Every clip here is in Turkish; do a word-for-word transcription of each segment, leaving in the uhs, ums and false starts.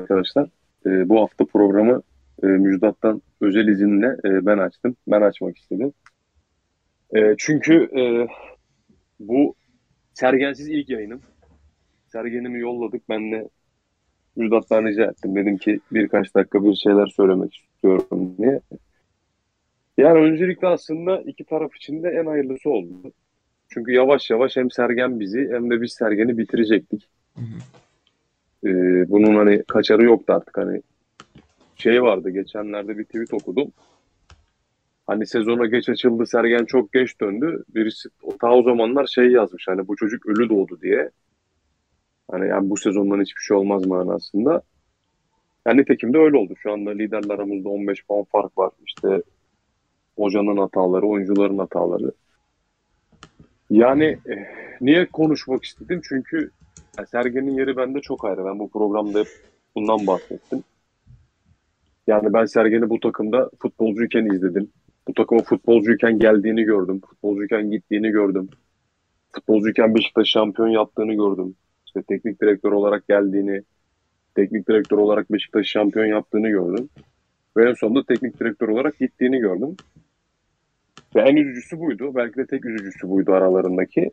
arkadaşlar. Ee, bu hafta programı e, Müjdat'tan özel izinle e, ben açtım. Ben açmak istedim. E, çünkü e, bu Sergensiz ilk yayınım. Sergenimi yolladık. Ben de Müjdat'tan rica ettim. Dedim ki birkaç dakika bir şeyler söylemek istiyorum diye. Yani öncelikle aslında iki taraf için de en hayırlısı oldu. Çünkü yavaş yavaş hem Sergen bizi hem de biz Sergen'i bitirecektik. Hı hı. E, bunun hani kaçarı yoktu artık. Hani şey vardı, geçenlerde bir tweet okudum. Hani sezona geç açıldı, Sergen çok geç döndü. Birisi ta o zamanlar şey yazmış, hani bu çocuk ölü doğdu diye. Hani yani bu sezondan hiçbir şey olmaz manasında. Yani nitekim de öyle oldu. Şu anda liderler aramızda on beş puan fark var. İşte hocanın hataları, oyuncuların hataları. Yani eh, niye konuşmak istedim? Çünkü yani Sergen'in yeri bende çok ayrı. Ben bu programda hep bundan bahsettim. Yani ben Sergen'i bu takımda futbolcuyken izledim. Bu takıma futbolcuyken geldiğini gördüm. Futbolcuyken gittiğini gördüm. Futbolcuyken Beşiktaş şampiyon yaptığını gördüm. İşte teknik direktör olarak geldiğini, teknik direktör olarak Beşiktaş şampiyon yaptığını gördüm. Ve en sonunda teknik direktör olarak gittiğini gördüm. Ve en üzücüsü buydu. Belki de tek üzücüsü buydu aralarındaki.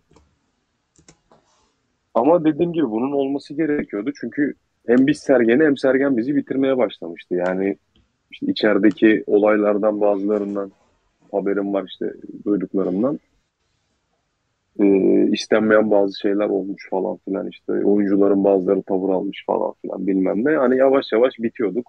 Ama dediğim gibi bunun olması gerekiyordu. Çünkü hem biz Sergen'i hem Sergen bizi bitirmeye başlamıştı. Yani işte içerideki olaylardan bazılarından haberim var, işte duyduklarımdan. Ee, istenmeyen bazı şeyler olmuş falan filan, işte oyuncuların bazıları tavır almış falan filan bilmem ne. Hani yavaş yavaş bitiyorduk.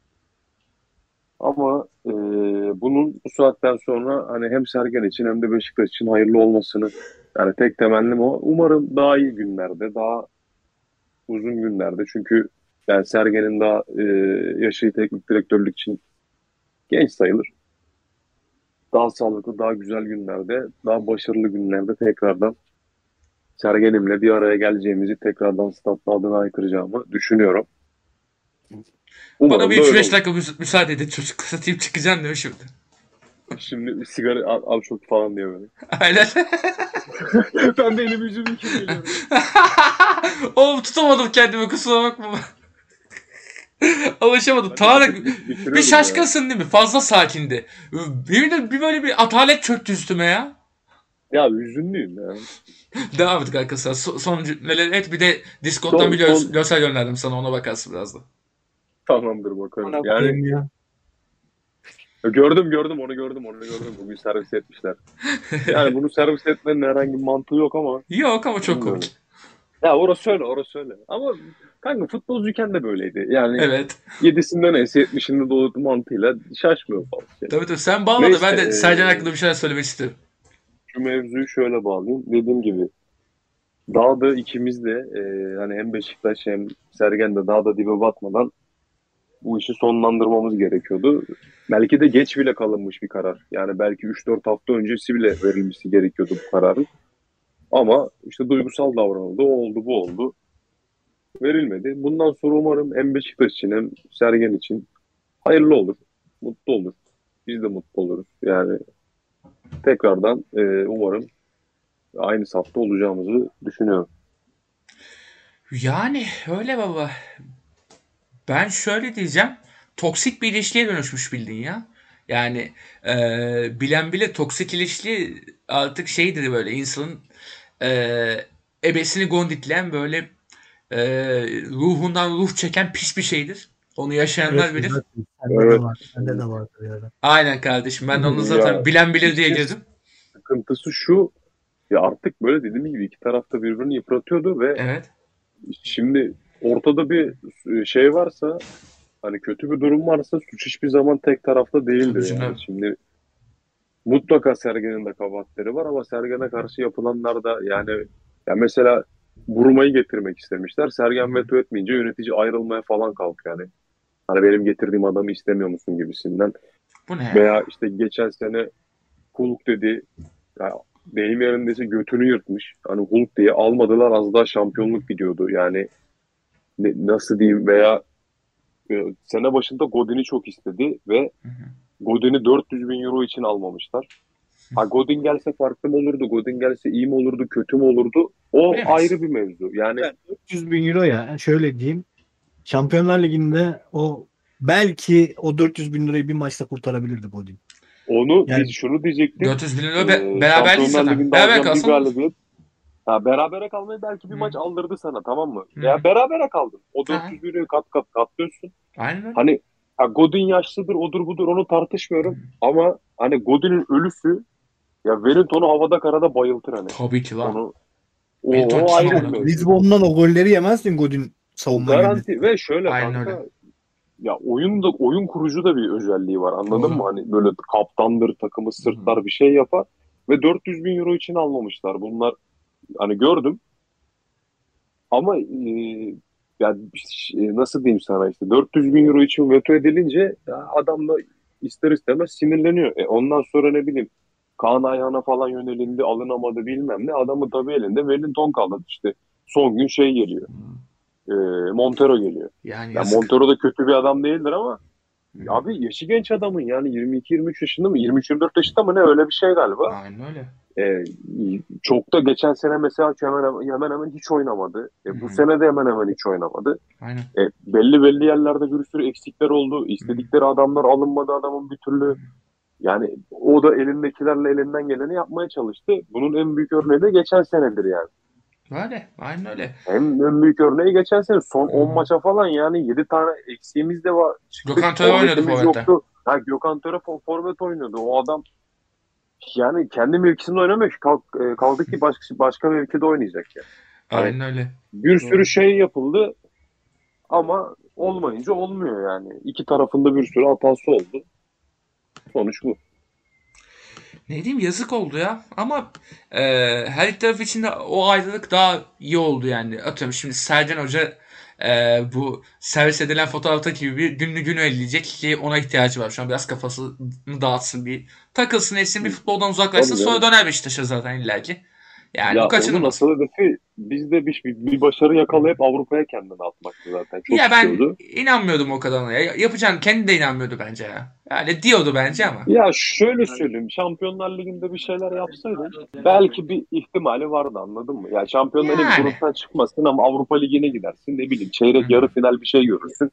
Ama e, bunun bu saatten sonra hani hem Sergen için hem de Beşiktaş için hayırlı olmasını, yani tek temennim o. Umarım daha iyi günlerde, daha uzun günlerde, çünkü yani Sergen'in daha e, yaşı teknik direktörlük için genç sayılır. Daha sağlıklı, daha güzel günlerde, daha başarılı günlerde tekrardan Sergen'imle bir araya geleceğimizi, tekrardan statta adına haykıracağımı düşünüyorum. Bana bir Umarım da üç öyle beş olur. dakika müs- müsaade edin, çocuk satayım çıkacağım diyor şimdi. Şimdi bir sigara al, al çok falan diyor böyle. Aynen. Ben de elimi yüzümü yıkayıp geliyorum. Oğlum tutamadım kendimi, kusura bakma. Alışamadım. Ben de Tarık, bitir, bit- bir bitiriyordum ya. şaşkınsın değil mi? Fazla sakindi. Bir de bir böyle bir atalet çöktü üstüme ya. Ya hüzünlüyüm ya. Devam et kanka sen. So- son cümleleri et. Bir de Discord'dan Son, bir görs- son görsel gönderdim sana, ona bakarsın biraz da. tamamdır bakarım. Bana Yani koyayım ya. gördüm gördüm onu gördüm onu gördüm. Bugün servis etmişler. Yani bunu servis etmenin herhangi bir mantığı yok ama Yok ama çok bilmiyorum. komik. Ya orası öyle, orası öyle. Ama kanka futbolcuyken de böyleydi. Yani Evet. yedisinde neyse yetmişinde doğdu mantığıyla şaşmıyor falan şey. Tabii tabii, sen bağla da Neyse ben e, de Sercan hakkında bir şeyler söylemek istiyorum. şu mevzuyu şöyle bağlayayım. Dediğim gibi daha da ikimiz de e, hani hem Beşiktaş hem Sergen de daha da dibe batmadan bu işi sonlandırmamız gerekiyordu. Belki de geç bile kalınmış bir karar. Yani belki üç dört hafta öncesi bile verilmesi gerekiyordu bu kararın. Ama işte duygusal davranıldı. O oldu, bu oldu. Verilmedi. Bundan sonra umarım hem Beşiktaş için hem Sergen için hayırlı olur. Mutlu olur. Biz de mutlu oluruz. Yani tekrardan e, umarım aynı safta olacağımızı düşünüyorum. Yani öyle baba. Ben şöyle diyeceğim. Toksik bir ilişkiye dönüşmüş bildin ya. Yani e, bilen bile toksik ilişki artık şeydir, böyle insanın e, ebesini gonditleyen, böyle e, ruhundan ruh çeken pis bir şeydir. Onu Evet, yaşayanlar bilir. zaten sende de Evet. var. Sende de vardır yani. Aynen kardeşim, ben de onu Ya zaten bilen bilir diye işin girdim. sıkıntısı şu. Ya artık böyle dediğim gibi iki tarafta birbirini yıpratıyordu ve Evet. şimdi ortada bir şey varsa, hani kötü bir durum varsa suç hiçbir zaman tek tarafta değildir Tabii yani. canım. Şimdi mutlaka Sergen'in de kabahatleri var ama Sergen'e karşı yapılanlar da yani, ya mesela Buruma'yı getirmek istemişler. Sergen veto etmeyince yönetici ayrılmaya falan kalkıyor yani. Hani benim getirdiğim adamı istemiyor musun gibisinden. Bu ne ya? Veya işte geçen sene Hulk dedi, ya deyim yerindeyse götünü yırtmış. Hani Hulk diye almadılar, az daha şampiyonluk gidiyordu. Yani ne- nasıl diyeyim, veya e, sene başında Godin'i çok istedi ve Godin'i dört yüz bin euro için almamışlar. Ha Godin gelse farklı mı olurdu? Godin gelse iyi mi olurdu? Kötü mü olurdu? O Bilemeyiz. ayrı bir mevzu. Yani Yani dört yüz bin euro ya. Şöyle diyeyim. Şampiyonlar Ligi'nde o belki o dört yüz bin lirayı bir maçta kurtarabilirdi Godin. Onu Yani biz şunu diyecektik. dört yüz bin lira be- Ee, beraberlik Şampiyonlar zaten. Ligi'nde Beraber alacağım bir kalsın olur. galibiyet. Ha, berabere kalmayı belki bir Hı. maç aldırdı sana, tamam mı? Hı Ya hı. berabere kaldın. O Ha, dört yüz bin lirayı kat kat katlıyorsun. aynen öyle. Hani ha, Godin yaşlıdır, odur budur, onu tartışmıyorum. Ama hani Godin'in ölüsü, ya Wellington'u havada karada bayıltır hani. Tabii ki lan. Onu o, Wellington o kim ayrı bir amına yani koyayım? mevzu. Lisbon'dan o golleri yemezsin Godin savunma Garanti yönetimi. ve şöyle Aynen öyle. kanka, ya oyun da oyun kurucu da bir özelliği var, anladın Doğru. mı? Hani böyle kaptandır, takımı Hı hı. sırtlar, bir şey yapar ve dört yüz bin euro için almamışlar. Bunlar hani gördüm ama e, ya ş- nasıl diyeyim sana, işte dört yüz bin euro için veto edilince ya adam da ister istemez sinirleniyor. E ondan sonra ne bileyim Kaan Ayhan'a falan yönelindi, alınamadı bilmem ne. Adamın tabii elinde Wellington kaldı işte. Son gün şey geliyor. Hı. E, Montero geliyor. Yani Ya yazık. Montero da kötü bir adam değildir ama Hı. abi yaşı genç adamın, yani yirmi iki yirmi üç yaşında mı, yirmi üç yirmi dört yaşında mı ne, öyle bir şey galiba. Aynen öyle. E, çok da geçen sene mesela hemen hemen, hemen hemen hiç oynamadı. Hı E, bu hı. sene de hemen hemen hiç oynamadı. Aynen. E, belli belli yerlerde bir sürü eksikler oldu. Hı hı. İstedikleri adamlar alınmadı adamın bir türlü. Yani o da elindekilerle elinden geleni yapmaya çalıştı. Bunun en büyük örneği de geçen senedir yani. Öyle. Aynen öyle. Hem en büyük örneği geçen sene son Hı on hı. maça falan yani yedi tane eksiğimiz de var. Çıktık, Gökhan Töre oynadı forvetimiz forvette. yoktu. Ha, Gökhan Töre for- forvet oynuyordu. O adam yani kendi mevkisinde oynamıyor ki. Kalk, e, kaldı ki başka, başka mevkide oynayacak yani. Hani Aynen öyle. bir sürü Doğru. şey yapıldı ama olmayınca olmuyor yani. İki tarafında bir sürü hatası oldu. Sonuç bu. Ne diyeyim, yazık oldu ya. Ama e, her iki taraf için de o ayrılık daha iyi oldu yani. Atıyorum şimdi Sercan Hoca e, bu servis edilen fotoğraftaki gibi bir günlü günü elleyecek ki ona ihtiyacı var. Şu an biraz kafasını dağıtsın, bir takılsın etsin, bir futboldan uzaklaşsın, Tabii sonra canım. döner Beşiktaş'a zaten illaki. Yani Ya bu onun kaçınılmaz. asıl hedefi bizde bir, bir, bir başarı yakalayıp Avrupa'ya kendini atmaktı zaten. Çok Ya ben istiyordu. inanmıyordum o kadarına. Ya, yapacağını kendi de inanmıyordu bence ya. Yani diyordu bence ama. Ya şöyle söyleyeyim. Şampiyonlar Ligi'nde bir şeyler yapsaydın belki bir ihtimali vardı, anladın mı? Ya Şampiyonlar Ligi Yani. gruptan çıkmasın ama Avrupa Ligi'ne gidersin. Ne bileyim Hı çeyrek hı. yarı final bir şey görürsün.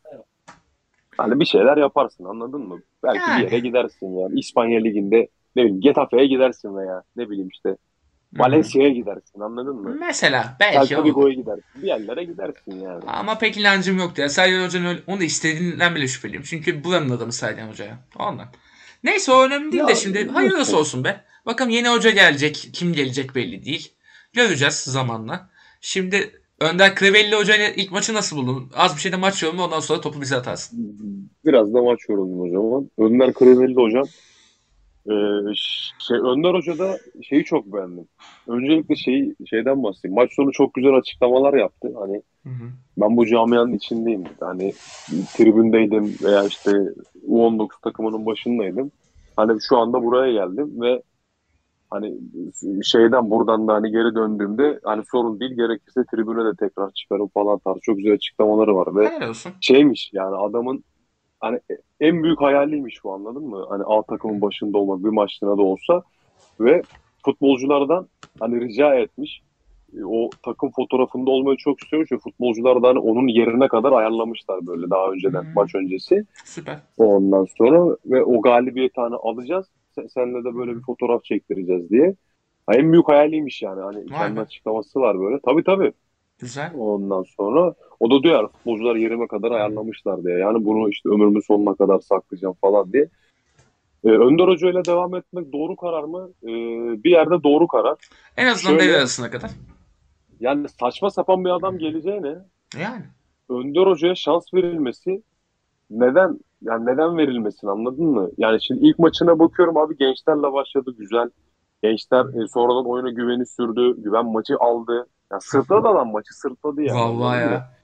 Hani bir şeyler yaparsın, anladın mı? Belki bir Yani. yere gidersin yani. İspanya Ligi'nde ne bileyim Getafe'ye gidersin veya ne bileyim işte Hı hı. Valencia'ya gidersin, anladın mı? Mesela belki Celta oldu. Vigo'ya gidersin. Bir yerlere gidersin yani. Ama pek inancım yoktu ya. Sergen Hoca'nın öyle, onu da istediğinden bile şüpheliyim. Çünkü buranın adamı Sergen Hoca'ya. Ondan. Neyse, o önemli değil de Ya şimdi hayırlısı olsun. olsun be. Bakalım yeni hoca gelecek. Kim gelecek belli değil. Göreceğiz zamanla. Şimdi Önder Krevelli Hoca ile ilk maçı nasıl buldun? Az bir şeyde maç yorumu, ondan sonra topu bize atarsın. Biraz da maç yorumum o zaman. Önder Kırıvelli hocam. Ee, şey, Önder Hoca da şeyi çok beğendim. Öncelikle şeyi, şeyden bahsedeyim. Maç sonu çok güzel açıklamalar yaptı. Hani Hı hı. ben bu camianın içindeyim dedi. Hani tribündeydim veya işte U on dokuz takımının başındaydım. Hani şu anda buraya geldim ve hani şeyden buradan da hani geri döndüğümde hani sorun değil, gerekirse tribüne de tekrar çıkarım falan tarzı çok güzel açıklamaları var ve Helal olsun. şeymiş yani adamın hani en büyük hayaliymiş bu, anladın mı? Hani A takımın başında olmak bir maçlığına da olsa ve futbolculardan hani rica etmiş. E, O takım fotoğrafında olmayı çok istiyormuş ve futbolcular da hani onun yerine kadar ayarlamışlar böyle daha önceden, Hmm, maç öncesi. süper. Ondan sonra ve o galibiyeti hani alacağız. Sen, senle de Hı böyle bir hı. fotoğraf çektireceğiz diye. Ha, en büyük hayaliymiş yani. Hani Vay kendi be. açıklaması var böyle. Tabii tabii. Güzel. Ondan sonra o da diyor yani futbolcular yerime kadar Hı hı. ayarlamışlar diye. Yani bunu işte ömrümün sonuna kadar saklayacağım falan diye. Ee, Önder Hoca ile devam etmek doğru karar mı? Ee, bir yerde doğru karar. En azından devre Şöyle arasına kadar. yani saçma sapan bir adam geleceğine Yani. Önder Hoca'ya şans verilmesi, neden yani neden verilmesin, anladın mı? Yani şimdi ilk maçına bakıyorum abi, gençlerle başladı güzel. Gençler e, sonradan oyuna güveni sürdü. Güven maçı aldı. Ya sırtladı adam, maçı sırtladı yani, Vallahi anladın mı? ya.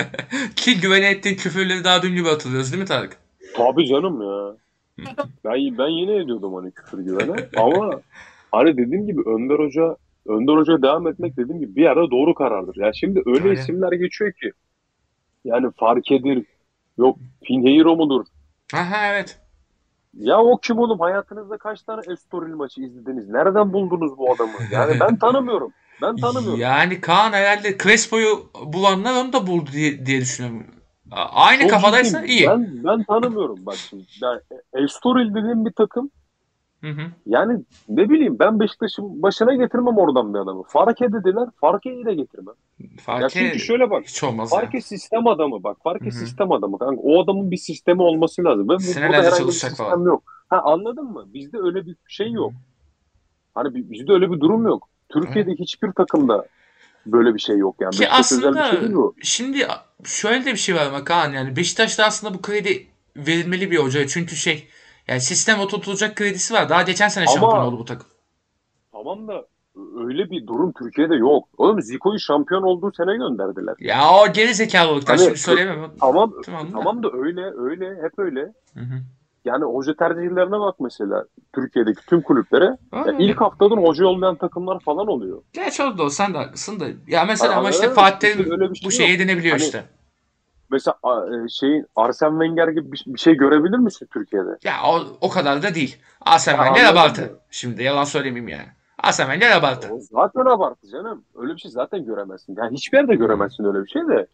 Ki güvene ettiğin küfürleri daha dün gibi hatırlıyoruz değil mi Tarık? Tabii canım ya. Ben, ben yine ediyordum hani küfür güvene. Ama hani dediğim gibi Önder Hoca Önder Hoca devam etmek dediğim gibi bir yerde doğru karardır. Yani şimdi öyle Öyle. isimler geçiyor ki yani Farkedir, yok Pinheiro mudur? Aha, evet. Ya o kim oğlum? Hayatınızda kaç tane Estoril maçı izlediniz? Nereden buldunuz bu adamı? Yani ben tanımıyorum. Ben tanımıyorum. Yani Kaan herhalde Crespo'yu bulanlar onu da buldu diye, diye düşünüyorum. A- Aynı Çok kafadaysa ciddiyim. iyi. Ben ben tanımıyorum bak şimdi. Ben, Estoril dediğim bir takım, Hı hı. yani ne bileyim, ben Beşiktaş'ın başına getirmem oradan bir adamı. Farke dediler. Farke'yi de getirmem. Ya çünkü Farke şöyle bak. hiç olmaz ya. Farke sistem adamı bak. Hı Farke hı. sistem adamı kanka. O adamın bir sistemi olması lazım. Ve bu- burada Senelerce herhangi bir çalışacak falan. sistem yok. Ha, anladın mı? Bizde öyle bir şey Hı hı. yok. Hani bi- bizde öyle bir durum yok. Evet. Türkiye'de hiçbir takımda böyle bir şey yok yani. Ki Beşiktaş özel bir şey aslında değil bu. şimdi şöyle de bir şey var ama Kaan, yani Beşiktaş'ta aslında bu kredi verilmeli bir hocaya. Çünkü şey, yani sistem oturtulacak kredisi var. Daha geçen sene şampiyon Ama oldu bu takım. tamam da öyle bir durum Türkiye'de yok. Oğlum Zico'yu şampiyon olduğu sene gönderdiler. Ya o geri zekalılıktan Hani şimdi söyleyemem. tamam Tamam da. tamam da öyle öyle hep öyle. Hı hı. Yani hoca tercihlerine bak mesela Türkiye'deki tüm kulüplere. Ya Öyle öyle. ilk haftadan hoca olmayan takımlar falan oluyor. Gerçi oldu o, sen de haklısın da. Ya Hani mesela ama işte anladın mı? Fatih Bizde Terim öyle bir bu şey şeyi yok. edinebiliyor Hani işte. mesela a- e, şeyin Arsene Wenger gibi bir, bir şey görebilir misin Türkiye'de? Ya o, o kadar da değil. Arsene Ha, Wenger anladın abartı. mı? Şimdi yalan söylemeyeyim yani. Arsene Wenger abartı. O zaten abartı canım. Öyle bir şey zaten göremezsin. Yani hiçbir yerde Hı. göremezsin öyle bir şey de.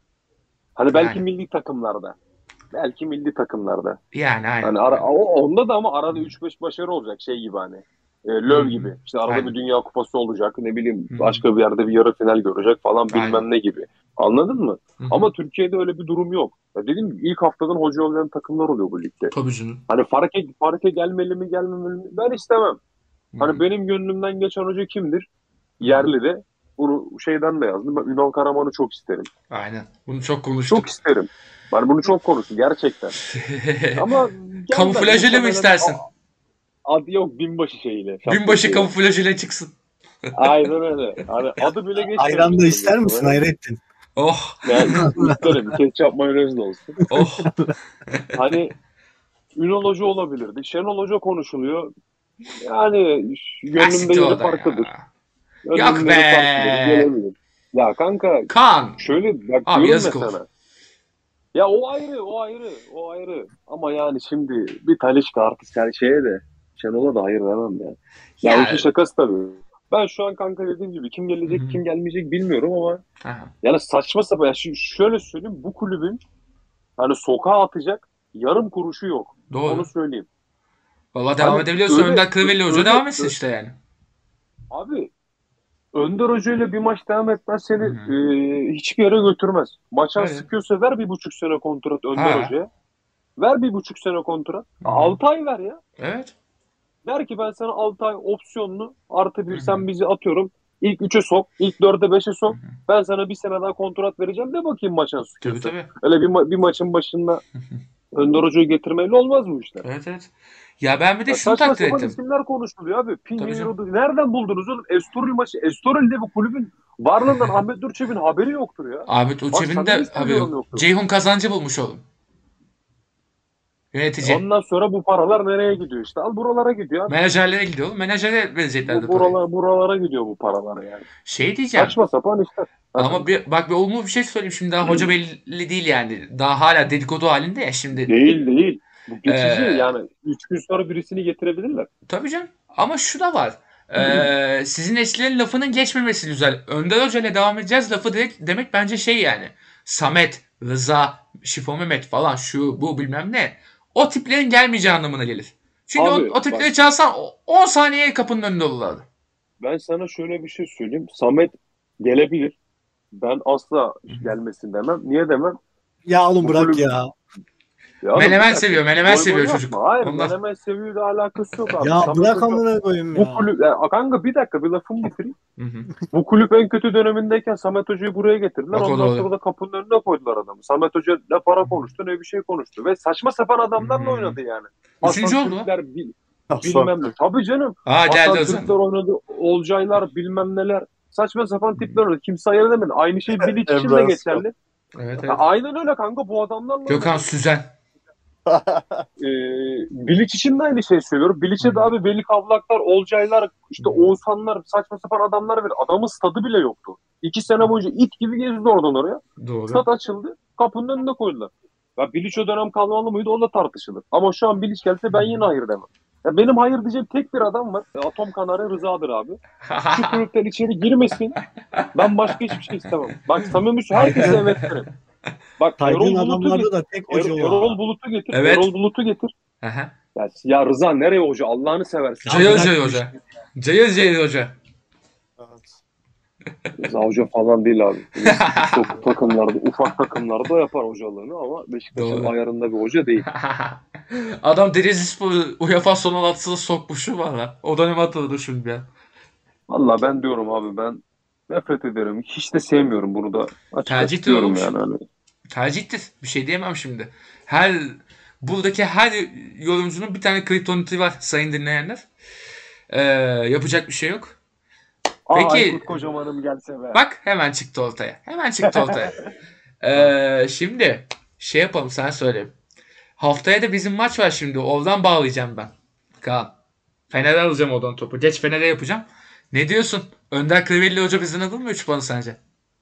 Hani belki Yani. milli takımlarda. Belki milli takımlarda. Yani aynen. Hani ara, Aynen. o, onda da ama arada Hı. üç beş başarı olacak şey gibi hani. E, Hı Löw hı. gibi. İşte arada bir Aynen. Dünya Kupası olacak. Ne bileyim Hı hı. başka bir yerde bir yarı final görecek falan Aynen. bilmem ne gibi. Anladın mı? Hı hı. Ama Türkiye'de öyle bir durum yok. Ya dediğim gibi ilk haftadan hoca olmayan takımlar oluyor bu ligde. Tabii canım. Hani Farke, Farke gelmeli mi gelmemeli mi? Ben istemem. Hı Hani hı. benim gönlümden geçen hoca kimdir? Hı hı. Yerli de. Bunu şeyden de yazdım. Ben Ünal Karaman'ı çok isterim. Aynen. Bunu çok Çok konuştuk. isterim. Ben bunu çok konuştum gerçekten. Ama gelmez Kamuflajıyla mı muhtemelen. istersin? Adı yok binbaşı şeyiyle, Binbaşı şapkasıyla. kamuflajıyla çıksın. Aynen öyle. Hani adı bile Ayran da geçmemiştir ister misin muhtemelen. Hayrettin? Oh. Yani isterim. Ketçap mayonez de olsun. Oh. Hani Ünal Hoca olabilirdi. Şenol Hoca konuşuluyor. Yani gönlümde Asit o yeri da ya. farklıdır. Yok Gönlümde be. yeri farklıdır. Gelebilir. Ya kanka Kaan. şöyle bak Abi diyorum ya yazık olur. sana. Ya o ayrı, o ayrı, o ayrı. Ama yani şimdi bir Talisca artık her şeye de Şenol'a da hayır demem ya. Ya işin Ya. şakası tabii. Ben şu an kanka dediğim gibi kim Hı gelecek hı. kim gelmeyecek bilmiyorum ama Aha. yani saçma sapan. Ya şu- şöyle söyleyeyim, bu kulübün hani sokağa atacak yarım kuruşu yok. Onu Doğru. söyleyeyim. Valla devam Hani edebiliyorsa öyle Önder Kırvelli Hoca öyle devam etsin ö- işte yani. abi Önder Hoca ile bir maç devam etmez Hı seni hı. e, hiçbir yere götürmez. Maçan Öyle. sıkıyorsa ver bir buçuk sene kontrat Önder Ha. Hoca'ya. Ver bir buçuk sene kontrat. Hı hı. Altı ay ver ya. Evet. Der ki ben sana altı ay opsiyonlu artı Hı bir hı. sen bizi atıyorum. İlk üçe sok, ilk dörde beşe Hı sok. hı. Ben sana bir sene daha kontrat vereceğim de bakayım maçın Tabii sıkıyorsa. tabii. Öyle bir, ma- bir maçın başında Hı hı. Önder Hoca'yı getirmeyle olmaz bu işler. Evet evet. Ya ben bir de Ya şunu saçma takdir sapan ettim. isimler konuşuluyor abi. Tabii canım. Pinheiro'du. Nereden buldunuz oğlum? Estoril maçı. Estoril'de bu kulübün varlığından Ahmet Durçevi'nin haberi yoktur ya. Ahmet Bak Uçebi'nin samimi de haberi söylüyorum yok. yoktur. Ceyhun Kazancı bulmuş oğlum. Yönetici. Ondan sonra bu paralar nereye gidiyor işte? Al buralara gidiyor abi. Menajerlere gidiyor oğlum. Menajere Bu vereceklerdi parayı. buralara, buralara gidiyor bu paralar yani. Şey diyeceğim. Saçma sapan işler. Ha Ama kanka. bir, bak bir olumlu bir şey söyleyeyim şimdi, daha hoca belli değil yani. Daha hala dedikodu halinde ya şimdi. Değil değil. Bu geçici Ee, yani. Üç gün sonra birisini getirebilirler. tabii canım. Ama şu da var. Ee, sizin eskilerin lafının geçmemesi güzel. Önder Hoca ile devam edeceğiz lafı direkt, demek bence şey yani. Samet, Rıza, Şifo Mehmet falan şu bu bilmem ne. O tiplerin gelmeyeceği anlamına gelir. Çünkü o, Abi o bak tipleri çalsan on saniye kapının önünde olurlardı. ben sana şöyle bir şey söyleyeyim. Samet gelebilir. Ben asla Hı hı. gelmesin demem. Niye demem? Ya oğlum Bu bırak kulüp ya. ya oğlum bir Menemen dakika. seviyor, menemen Goy goy seviyor çocuk. yapma. Hayır Ondan. Menemen seviyorla alakası yok abi. Ya Samet bırak Hoca amına koyayım bu ya. kulüp ya, kanka bir dakika bir lafımı bitireyim. Hı hı. Bu kulüp en kötü dönemindeyken Samet Hoca'yı buraya getirdiler. Bak o Ondan doğru. sonra da kapının önüne koydular adamı. Samet Hoca ne para konuştu ne bir şey konuştu. Ve saçma sapan adamlarla Hmm. oynadı yani. Üçüncü Hasan oldu o. Türkler bil- Hasan bilmem ne. Türk. Tabii canım. Aa geldi Hasan Ozan. Türkler oynadı. Olcaylar bilmem neler. Saçma sapan tipler oynadı. Kimse ayırt edemedi. Aynı şey Bilic için de Emre Özkan. geçerli. Evet Ya evet. aynen öyle kanka. Bu adamlarla Gökhan oynadı. Süzen. Ee, Bilic için de aynı şey söylüyorum. Bilic'e Hı. de abi Veli Kavlaklar, Olcaylar, işte Hı. Oğuzhanlar, saçma sapan adamlar var. Adamın stadı bile yoktu. İki sene boyunca it gibi gezdi oradan oraya. Doğru. Stat açıldı. Kapının önüne koydular. Ya Bilic o dönem kalmalı mıydı o da tartışılır. Ama şu an Bilic gelse ben yine hayır demem. Ya benim hayır diyeceğim tek bir adam var. E, Atom Kanarya Rıza'dır abi. Şu kulüpten içeri girmesin. Ben başka hiçbir şey istemem. Bak samimi şu herkese evet derim. Bak Saydığın Erol Bulut'u adamlarda getir. da tek Er- hoca o. Erol Bulut'u getir. Evet. Erol Bulut'u getir. Aha. Ya, ya Rıza nereye hoca? Allah'ını seversen. Cayır bırak Cayır bu Hoca. Cayır Cayır Hoca. Evet. Rıza hoca falan değil abi. Çok takımlarda, ufak takımlarda yapar hocalığını ama Beşiktaş'ın Doğru. ayarında bir hoca değil. Adam Denizlispor'u UEFA son on altısına sokmuşu var lan. O dönem hatırladı şimdi ben. Valla ben diyorum abi, ben nefret ederim. Hiç de sevmiyorum bunu da. Açık Tercih açık diyorum olmuş. yani. Hani. Tercihtir. Bir şey diyemem şimdi. Her buradaki her yorumcunun bir tane kriptoniti var sayın dinleyenler. Ee, yapacak bir şey yok. Aa, Peki- Aykut Kocaman'ım gelse be. Bak hemen çıktı ortaya. Hemen çıktı ortaya. Ee, şimdi şey yapalım, sen söyle. Haftaya da bizim maç var şimdi. Oradan bağlayacağım ben. Kaan. Fener'e alacağım oradan topu. Geç Fener'e yapacağım. Ne diyorsun? Önder Krivelli Hoca bizden alır mı üç puanı sence?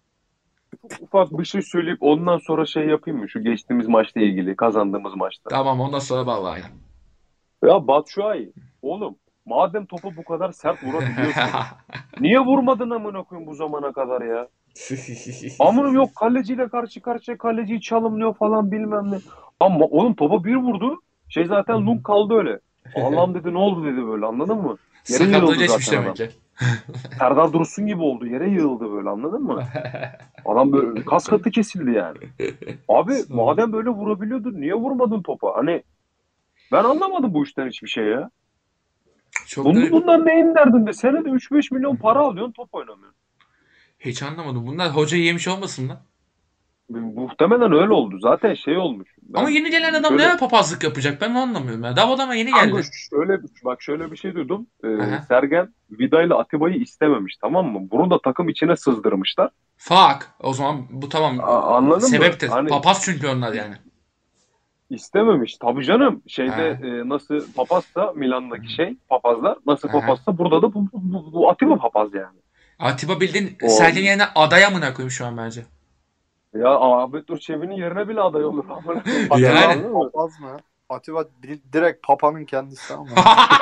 Ufak bir şey söyleyip ondan sonra şey yapayım mı? Şu geçtiğimiz maçla ilgili, kazandığımız maçta. Tamam, ondan sonra bağlayalım. Ya Batshuayi, oğlum madem topa bu kadar sert vurabiliyorsun, niye vurmadın amına koyayım bu zamana kadar ya? Amına yok, kaleciyle karşı karşıya, kaleciyi çalımlıyor falan bilmem ne. Ama oğlum topa bir vurdu. Şey zaten Lung kaldı öyle. Allah'ım dedi, ne oldu dedi böyle, anladın mı? Yere Sakatlığı yığıldı geçmiş zaten demek adam. ki. Serdar Dursun gibi oldu. Yere yığıldı böyle, anladın mı? Adam böyle kas katı kesildi yani. Abi madem böyle vurabiliyordun niye vurmadın topa? Hani ben anlamadım bu işten hiçbir şey ya. Çok Bunu, garip. bunlar neyin derdinde? Senede üç beş milyon para alıyorsun, top oynamıyorsun. Hiç anlamadım. Bunlar hocayı yemiş olmasın lan? Muhtemelen öyle oldu. Zaten şey olmuş. Ben Ama yeni gelen adam şöyle- ne papazlık yapacak? Ben onu anlamıyorum ya. Daha o adama yeni Kanka geldi. şöyle, bak şöyle bir şey duydum. Ee, Aha. Sergen Vida ile Atiba'yı istememiş, tamam mı? Bunu da takım içine sızdırmışlar. Fuck. O zaman bu tamam. A- anladın mı? Sebeptir. Hani- Papaz çünkü onlar yani. İstememiş. Tabii canım. Şeyde Ha. e, nasıl papazsa Milan'daki şey papazlar, nasıl Aha. papazsa burada da bu, bu, bu, bu Atiba papaz yani. Atiba bildiğin O- Sergen yerine aday amına koyayım şu an bence. Ya Ahmet Nur Çebi'nin yerine bile aday olur. Yani. Anladın mı? Papaz mı? Atiba di- direkt Papa'nın kendisi ama.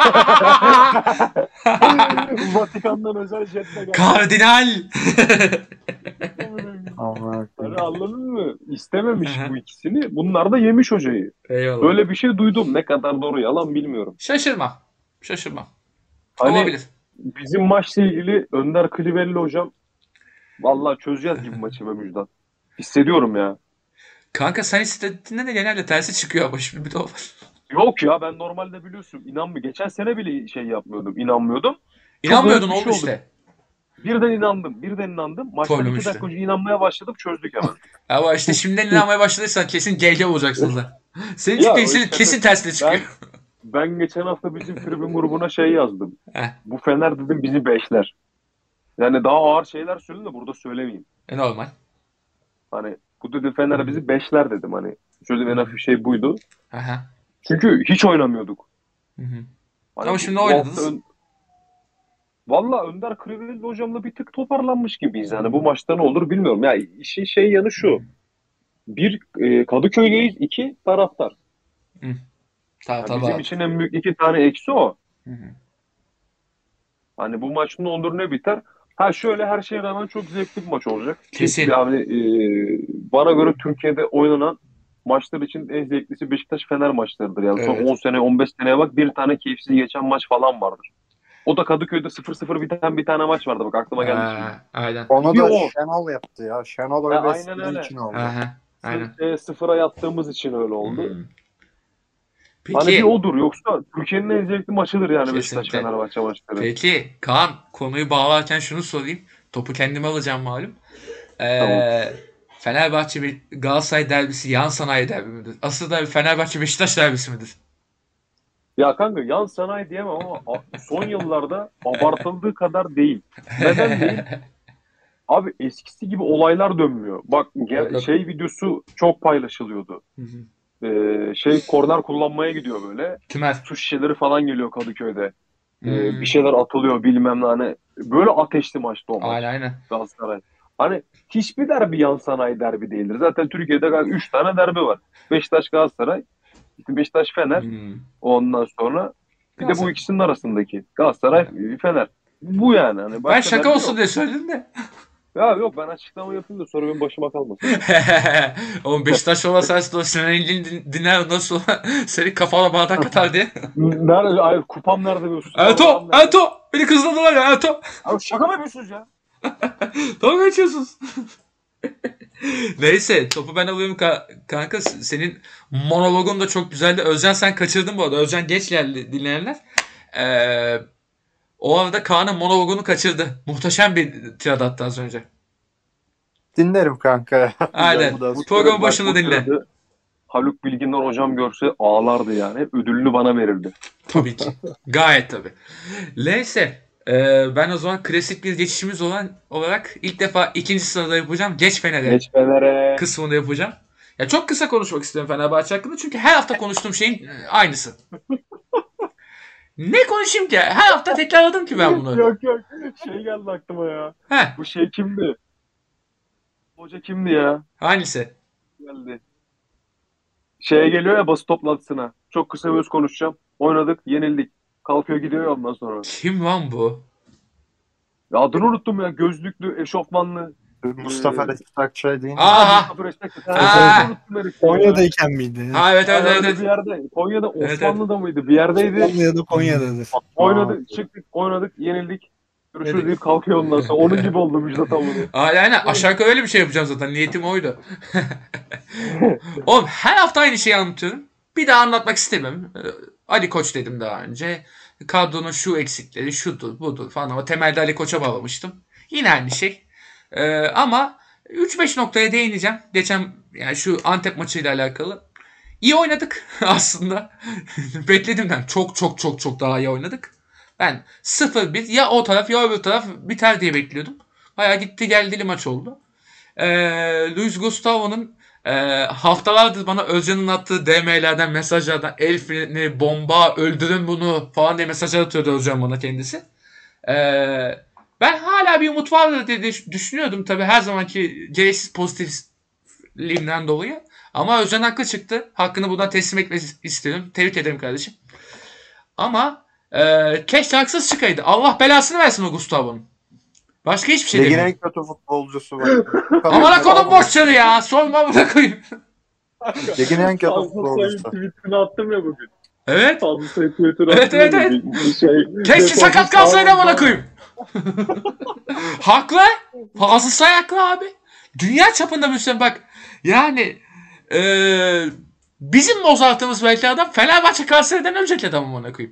Vatikan'dan özel jetle geldi. Kardinal. Ama Hani anladın mı? İstememiş Aha. bu ikisini. Bunlar da yemiş hocayı. Eyvallah. Böyle bir şey duydum. Ne kadar doğru yalan bilmiyorum. Şaşırma. Şaşırma. Hani Olabilir. bizim maçla ilgili Önder Klivelli hocam, vallahi çözeceğiz gibi maçı be Müjdat. Hissediyorum ya. Kanka sen istediğinde de genelde tersi çıkıyor ama şimdi bir de o var. Yok ya, ben normalde biliyorsun inanmıyor. Geçen sene bile şey yapmıyordum, inanmıyordum. İnanmıyordun garip bir oğlum şey oldu. işte. Birden inandım, birden inandım. Maçtan Problem iki işte. dakika önce inanmaya başladım, çözdük hemen. Ama işte şimdiden inanmaya başladıysan kesin G G olacaksın sen. Senin Ya, kesin, işte kesin tersine çıkıyor. Ben geçen hafta bizim tribün grubuna şey yazdım. Heh. Bu Fener dedim bizi beşler. Yani daha ağır şeyler söyledim de burada söylemeyeyim. E, normal. Hani bu dedi Fener bizi beşler dedim. Hani söylediğim en hafif şey buydu. Aha. Çünkü hiç oynamıyorduk. Hı hı. Hani Ama bu- şimdi bu oynadınız. hafta Ön... Valla Önder Krivelli hocamla bir tık toparlanmış gibiyiz. Yani bu maçta ne olur bilmiyorum. Ya işin şey yanı şu. Bir, e, Kadıköy'deyiz. iki taraftar. Tamam Yani tamam. bizim için en büyük iki tane eksi o. Hı hı. Hani bu maç ne olur ne biter. Ha şöyle, her şeye rağmen çok zevkli bir maç olacak. Kesin. Yani e, bana göre Türkiye'de oynanan maçlar için en zevklisi Beşiktaş-Fener maçlarıdır. Yani son Evet. on sene on beş seneye bak, bir tane keyifsiz geçen maç falan vardır. O da Kadıköy'de sıfır sıfır biten bir tane maç vardı, bak aklıma geldi şimdi. Ha, aynen. onu Bir da o. Şenol yaptı ya. Şenol Ha, öyle aynen istediği öyle. için oldu. Aha, aynen. Sırf, e, sıfıra yattığımız için öyle oldu. Hmm. Hani bir Peki, odur, yoksa Türkiye'nin en zevkli maçıdır yani Kesinlikle. Beşiktaş-Fenerbahçe maçları. peki Kaan, konuyu bağlarken şunu sorayım. Topu kendime alacağım malum. Ee, Tamam. Fenerbahçe ve Galatasaray derbisi yan sanayi derbi midir? Asıl derbi Fenerbahçe Beşiktaş derbisi midir? Ya kanka, yan sanayi diyemem ama a- son yıllarda abartıldığı kadar değil. Neden değil? Abi eskisi gibi olaylar dönmüyor. Bak ge- Yok, yok. şey videosu çok paylaşılıyordu. Hı hı. Ee, şey korner kullanmaya gidiyor böyle. Tümer. Su şişeleri falan geliyor Kadıköy'de. Ee, Hmm. Bir şeyler atılıyor bilmem ne, hani böyle ateşli maçtı o maç. Aynen aynen. Galatasaray. Hani hiçbir derbi yan sanayi derbi değildir. Zaten Türkiye'de üç tane derbi var. Beşiktaş Galatasaray, işte Beşiktaş Fener, Hmm. ondan sonra bir de bu Galatasaray. ikisinin arasındaki Galatasaray Fener. Bu yani. Hani Ben başka şaka derbi olsun yok. diye söyledim de. Ya yok, ben açıklama yapayım da sonra benim başıma kalmasın. Oğlum Beşiktaş olsaydı o Sinan Engin'i dinler nasıl seni kafana bardak atar diye. Nerede? Ay, kupam nerede diyorsun? Elto! Elto! Beni kızdırdılar ya Elto! Abi şaka mı yapıyorsunuz ya? Dalga geçiyorsunuz. Neyse topu ben alıyorum ka- kanka. Senin monologun da çok güzeldi. Özcan sen kaçırdın bu arada. Özcan geç geldi dinleyenler. Ee, o arada Kaan'ın monologunu kaçırdı. Muhteşem bir tirad attı az önce. Dinlerim kanka. Aynen. Bu da- Bu programın başında dinle. Haluk Bilginer hocam görse ağlardı yani. Hep ödülünü bana verirdi. Tabii ki. Gayet tabii. Neyse. e, ben o zaman klasik bir geçişimiz olan olarak ilk defa ikinci sırada yapacağım. Geç Fener'e Geç Fener'e. kısmını yapacağım. Ya çok kısa konuşmak istiyorum Fenerbahçe hakkında. Çünkü her hafta konuştuğum şeyin e, aynısı. Ne konuşayım ki? Her hafta tekrarladım ki ben bunu. Yok yok. Şey geldi aklıma ya. Heh, Bu şey kimdi? Hoca kimdi ya? hangisi? Geldi. Şeye geliyor ya, basın toplantısına. Çok kısa bir öz konuşacağım. Oynadık, yenildik. Kalkıyor gidiyor ya ondan sonra. Kim lan bu? Ya adını unuttum ya. Gözlüklü, eşofmanlı. Mustafa Reşit Akçay değil mi? Aa! Mustafa Reşit. Aa! Unuttum herif. Konya'dayken miydi? Ha evet evet evet. Konya'da evet. bir yerde. Konya'da Evet, Osmanlı'da mıydı? Bir yerdeydi. Konya'da Konya'dadır. Oynadık, çıktık, oynadık, yenildik. Görüşürüz Evet. deyip kalkıyor ondan sonra. Onun gibi oldu Müjdat Amını. Aynen aynen. Aşağı yukarı öyle bir şey yapacağım zaten. Niyetim oydu. Oğlum her hafta aynı şeyi anlatıyorum. Bir daha anlatmak istemem. Ee, Ali Koç dedim daha önce. Kadronun şu eksikleri, şudur, budur falan ama temelde Ali Koç'a bağlamıştım. Yine aynı şey. Ee, ama üç beş noktaya değineceğim. Geçen yani şu Antep maçıyla alakalı. İyi oynadık aslında. Beklediğimden çok çok çok çok daha iyi oynadık. Ben sıfır bir ya o taraf ya öbür taraf biter diye bekliyordum. Bayağı gitti geldili maç oldu. Ee, Luis Gustavo'nun e, haftalardır bana Özcan'ın attığı D M'lerden, mesajlardan el freni, bomba, öldürün bunu falan diye mesajlar atıyordu Özcan bana kendisi. Ee, ben hala bir umut vardır diye düş- düşünüyordum. Tabii her zamanki gereksiz pozitifliğimden dolayı. Ama Özcan haklı çıktı. Hakkını buradan teslim etmek istiyorum. Tebrik ederim kardeşim. Ama e, keşke haksız çıkaydı. Allah belasını versin o Gustavo'nun. Başka hiçbir şey Ligin demiyorum. en kötü futbolcusu var. Amına kodum boşları ya. Sorma bırakayım. Ligin en kötü Fazla sayı futbolcusu. tweetini attım ya bugün. Evet. Fazla sayı tweetini Evet, attım evet, ya evet. bugün. Bir Şey, Keşke defansif sakat kalsaydı sağlam- amına koyayım. Haklı. Fazlası haklı abi. Dünya çapında Müslüman bak. Yani eee bizim Mozart'ımız belki adam Fenerbahçe Galatasaray'dan önceki adam amına koyayım.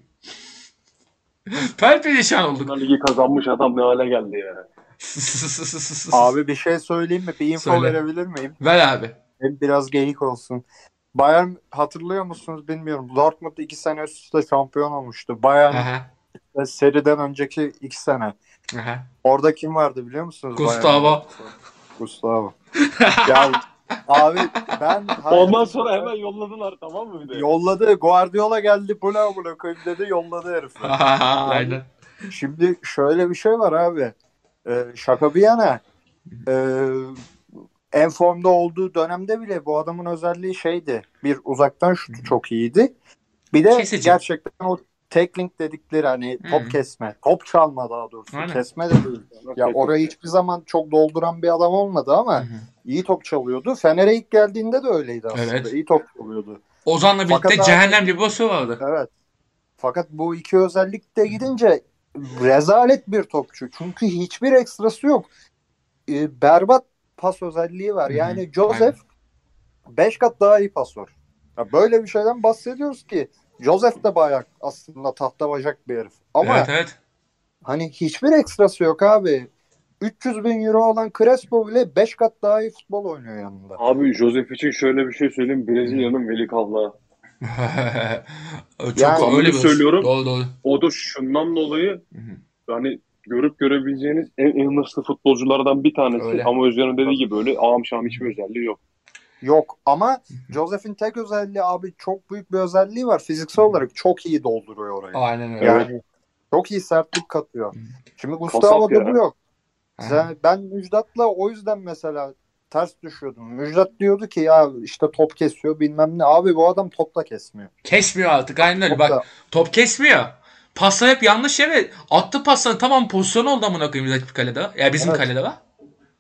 Perperişan olduk. Ligi kazanmış adam ne hale geldi ya. Abi bir şey söyleyeyim mi? Bir info Söyle. verebilir miyim? Ver abi. Hem biraz geyik olsun. Bayern hatırlıyor musunuz bilmiyorum. Dortmund iki sene üst üste şampiyon olmuştu. Bayern Aha. ve seriden önceki iki sene. Aha. Orada kim vardı biliyor musunuz? Gustavo. Bayern'de? Gustavo. Ya abi ben Ondan sonra hemen yolladılar, tamam mı bir de? yolladı. Guardiola geldi. Bu ne amına koyayım dedi. Yolladı herifi. Aynen. Şimdi şöyle bir şey var abi. Ee, şaka bir yana. Ee, en formda olduğu dönemde bile bu adamın özelliği şeydi. Bir uzaktan şutu çok iyiydi. Bir de Kesici. gerçekten o tackling dedikleri hani top Hı. kesme. Top çalma daha doğrusu. Aynen. Kesme de değil. Ya orayı hiçbir zaman çok dolduran bir adam olmadı ama Hı hı. iyi top çalıyordu. Fener'e ilk geldiğinde de öyleydi aslında. Evet. İyi top çalıyordu. Ozan'la birlikte Fakat abi- cehennem gibi basıyor vardı. Evet. Fakat bu iki özellik de gidince rezalet bir topçu. Çünkü hiçbir ekstrası yok. Ee, berbat pas özelliği var. Hı hı. Yani Joseph beş kat daha iyi pasör. Ya böyle bir şeyden bahsediyoruz ki Joseph de bayağı aslında tahta bacak bir herif. Ama Evet evet. hani hiçbir ekstrası yok abi. üç yüz bin euro olan Crespo bile beş kat daha iyi futbol oynuyor yanında. Abi Joseph için şöyle bir şey söyleyeyim. Brezilya'nın Veli Kavla. Çok Yani- öyle bir söylüyorum. Doğru doğru. O da şundan dolayı Hı hı. yani görüp görebileceğiniz en, en hırslı futbolculardan bir tanesi. Öyle. Ama Özcan'ın dediği gibi öyle ağam şam hiçbir özelliği yok. Yok ama Joseph'in tek özelliği abi çok büyük bir özelliği var. Fiziksel olarak çok iyi dolduruyor orayı. Aynen öyle. Yani çok iyi sertlik katıyor. Hı. Şimdi Gustavo'da ya. bu yok. Aha. Sen- ben Müjdat'la o yüzden mesela ters düşüyordum. Müjdat diyordu ki ya işte top kesiyor bilmem ne. Abi bu adam topla kesmiyor. Kesmiyor artık. Aynen öyle. Topla- Bak top kesmiyor. Paslar hep yanlış yere. Attı pasların tamam pozisyon oldu amına koyayım rakip kalede. Ya bizim Evet. kalede var.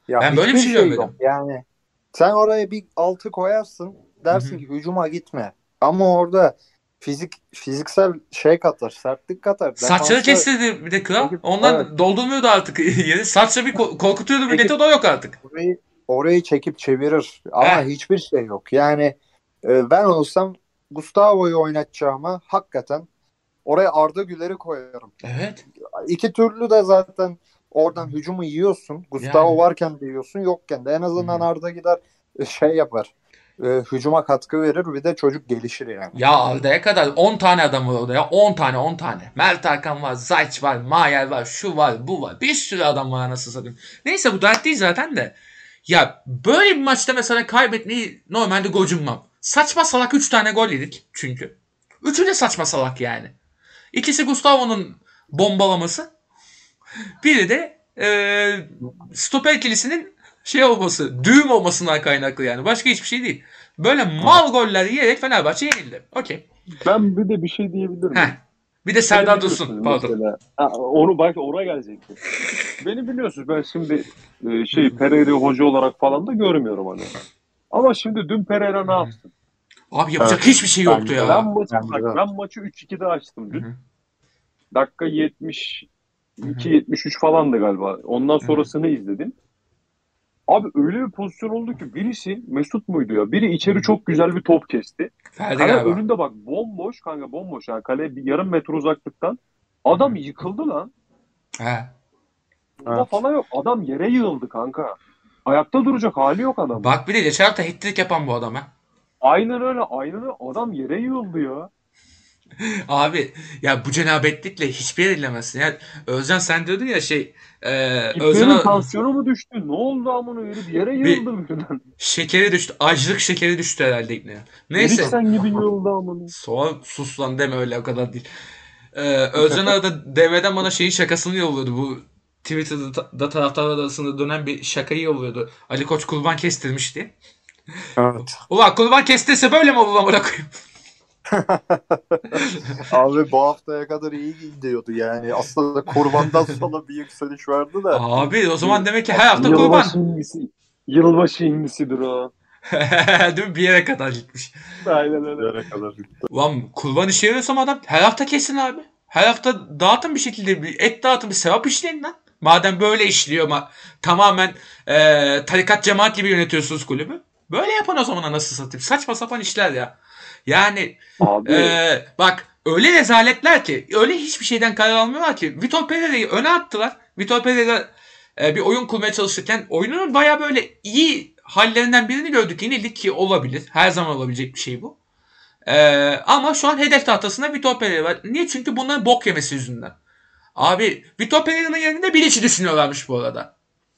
Ya Ben böyle bir hiçbir şey şey görmedim. yok. Yani sen oraya bir altı koyarsın, dersin Hı hı. ki hücuma gitme. Ama orada fizik fiziksel şey katar, sertlik katar. Saçları Defansı kestirdi bir de kral. çekip, evet, Ondan doldurmuyordu artık yeri. Saçla bir ko- korkutuyordu milleti, çekip o da yok artık. orayı, orayı çekip çevirir. Ama Heh. hiçbir şey yok. Yani e, ben olsam Gustavo'yu oynatacağıma hakikaten oraya Arda Güler'i koyarım. Evet. İki türlü de zaten oradan hücumu yiyorsun. Gustavo Yani. varken de yiyorsun, yokken de. En azından Hı. Arda gider e, şey yapar. E, hücuma katkı verir, bir de çocuk gelişir yani. Ya Arda'ya kadar on tane adam var orada ya. on tane on tane. Mert Hakan var, Zayç var, Mayer var, şu var, bu var. Bir sürü adam var anasını satayım. Neyse bu dert değil zaten de. Ya böyle bir maçta mesela kaybetmeyi normalde gocunmam. Saçma salak üç tane gol yedik çünkü. Üçü de saçma salak yani. İkisi Gustavo'nun bombalaması. Biri de eee stoper ikilisinin şey olması, düğüm olmasından kaynaklı yani. Başka hiçbir şey değil. Böyle mal goller yiyerek Fenerbahçe yenildi. Okey. Ben bir de bir şey diyebilir Heh. miyim? Bir de Beni Serdar biliyorsunuz Dursun. Pardon. mesela. Ha, onu belki oraya gelecektim. Beni biliyorsunuz, ben şimdi e, şey Pereira hoca olarak falan da görmüyorum hani. Ama şimdi dün Pereira ne yaptı? Abi yapacak Evet. hiçbir şey yoktu Bence de. Ben ya. maçı, Bence bak, de. ben maçı üç ikide açtım Hı dün. hı. Dakika yetmiş Hı iki hı. yetmiş üç falandı galiba. Ondan Hı. sonrasını izledim. Abi öyle bir pozisyon oldu ki, birisi Mesut muydu ya? Biri içeri çok güzel bir top kesti. Ferdi Kale galiba. önünde bak, bomboş kanka, bomboş yani, kale bir yarım metre uzaklıktan. Hı Adam hı. yıkıldı lan. He. Vurma Evet. falan yok. Adam yere yığıldı kanka. Ayakta duracak hali yok adamın. Bak bir de geçen hafta hat-trick yapan bu adam ha. Aynen öyle, aynen öyle. Adam yere yığıldı ya. Abi ya bu cenabetlikle hiçbir yere ilemezsin. Ya Özcan sen diyordun ya şey e, İplerin Özcan'a tansiyonu mu düştü? Ne oldu amına, herif yere bir yığıldı birden. şekeri düştü. Açlık şekeri düştü herhalde İbni'ye. Neyse. Eriksen gibi yığıldı amına. Sonra sus lan deme, öyle o kadar değil. Ee, Özcan arada D M'den bana şeyin şakasını yolluyordu. Bu Twitter'da da taraftarlar arasında dönen bir şakayı yolluyordu. Ali Koç kurban kestirmişti. Evet. Ulan kurban kestirse böyle mi olur amına koyayım? Abi bu haftaya kadar iyi gidiyordu yani. Aslında kurbandan sonra bir yükseliş vardı da. Abi o zaman demek ki her hafta Yılbaşı kurban. indisi. Yılbaşı indisidir o. Değil mi? Bir yere kadar gitmiş. Aynen öyle. Yere kadar. Ulan kurban işe yarıyorsam adam her hafta kesin abi. Her hafta dağıtın bir şekilde, bir et dağıtın, bir sevap işleyin lan. Madem böyle işliyor ama tamamen e, tarikat cemaat gibi yönetiyorsunuz kulübü. Böyle yapın o zaman anasını satayım. Saçma sapan işler ya. Yani Abi e, bak öyle rezaletler ki, öyle hiçbir şeyden karar almıyorlar ki. Vitor Pereira'yı öne attılar. Vitor Pereira e, bir oyun kurmaya çalışırken oyunun baya böyle iyi hallerinden birini gördük. Yenildik ki olabilir. Her zaman olabilecek bir şey bu. Ee, ama şu an hedef tahtasında Vitor Pereira var. Niye? Çünkü bunların bok yemesi yüzünden. Abi Vitor Pereira'nın yerinde Bilic'i düşünüyorlarmış bu arada.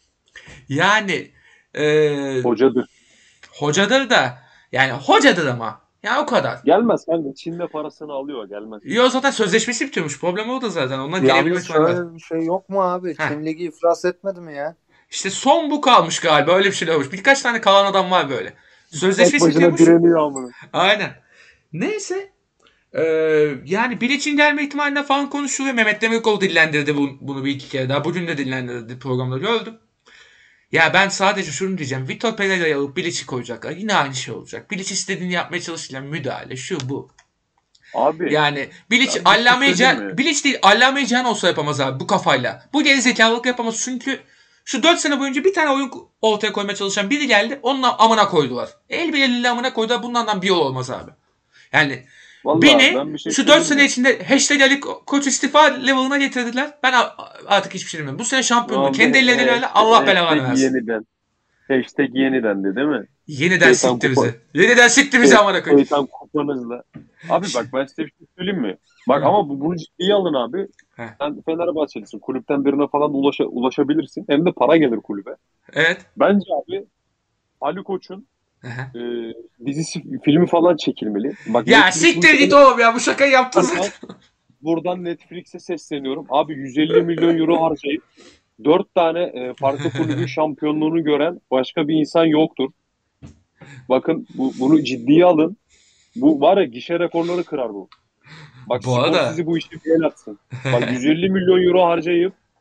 Yani e, hocadır. hocadır da, yani hocadır ama. Yani o kadar. Gelmez kanka. Çin'de parasını alıyor, gelmez. Yo zaten sözleşmesi bitiyormuş. Problem o da zaten. Ondan gelebilme Yalnız ihtimali var. şöyle bir şey yok mu abi? Heh. Çin Ligi iflas etmedi mi ya? İşte son bu kalmış galiba. Öyle bir şey olmuş. Birkaç tane kalan adam var böyle. Tek Sözleşmesi başına bitiyormuş. direniyor amına. Aynen. Neyse. Ee, yani Bilic'in gelme ihtimalinden falan konuşuluyor. Mehmet Demirkol dillendirdi bunu, bunu bir iki kere daha. Bugün de dillendirdi, programda gördüm. Ya ben sadece şunu diyeceğim. Vitor Pereira'yı alıp Bilic'i koyacaklar. Yine aynı şey olacak. Bilic istediğini yapmaya çalışırken müdahale şu bu. Abi Yani Bilic ben bir şey Allame söyleyeyim Cihan, mi? Bilic değil Allame Cihan olsa yapamaz abi bu kafayla. Bu geri zekalılık yapamaz çünkü şu dört sene boyunca bir tane oyun ortaya koymaya çalışan biri geldi. Onun amına koydular. El birliğiyle amına koydular. Bundan bir yol olmaz abi. Yani Vallahi beni ben bir şey şu dört söyleyeyim sene mi? içinde hashtag Ali Koç istifa level'ına getirdiler. Ben a- artık hiçbir şey demiyorum. Bu sene şampiyonluğu Abi, kendi elleriyle öyle, hashtag- Allah belanı hashtag versin. yeniden. Hashtag yeniden de değil mi? Yeniden Şeytan sikti kupa- bizi. Yeniden sikti bizi amına koyayım. Şeytan kupanızla. Abi bak ben size bir şey söyleyeyim mi? Bak Hı. ama bu, bunu ciddiye alın abi. He. Sen Fenerbahçelisin. Kulüpten birine falan ulaşa, ulaşabilirsin. Hem de para gelir kulübe. Evet. Bence abi Ali Koç'un Aha. e, dizisi, filmi falan çekilmeli. Bak, Ya Netflix'in- siktir git oğlum ya, bu şakayı yaptın Buradan, zaten. buradan Netflix'e sesleniyorum. Abi yüz elli milyon euro harcayıp dört tane e, farklı kulübün şampiyonluğunu gören başka bir insan yoktur. Bakın bu, bunu ciddiye alın. Bu var ya, gişe rekorları kırar bu. Bak Bu arada- sizi bu işe bir el atsın. Bak yüz elli milyon euro harcayıp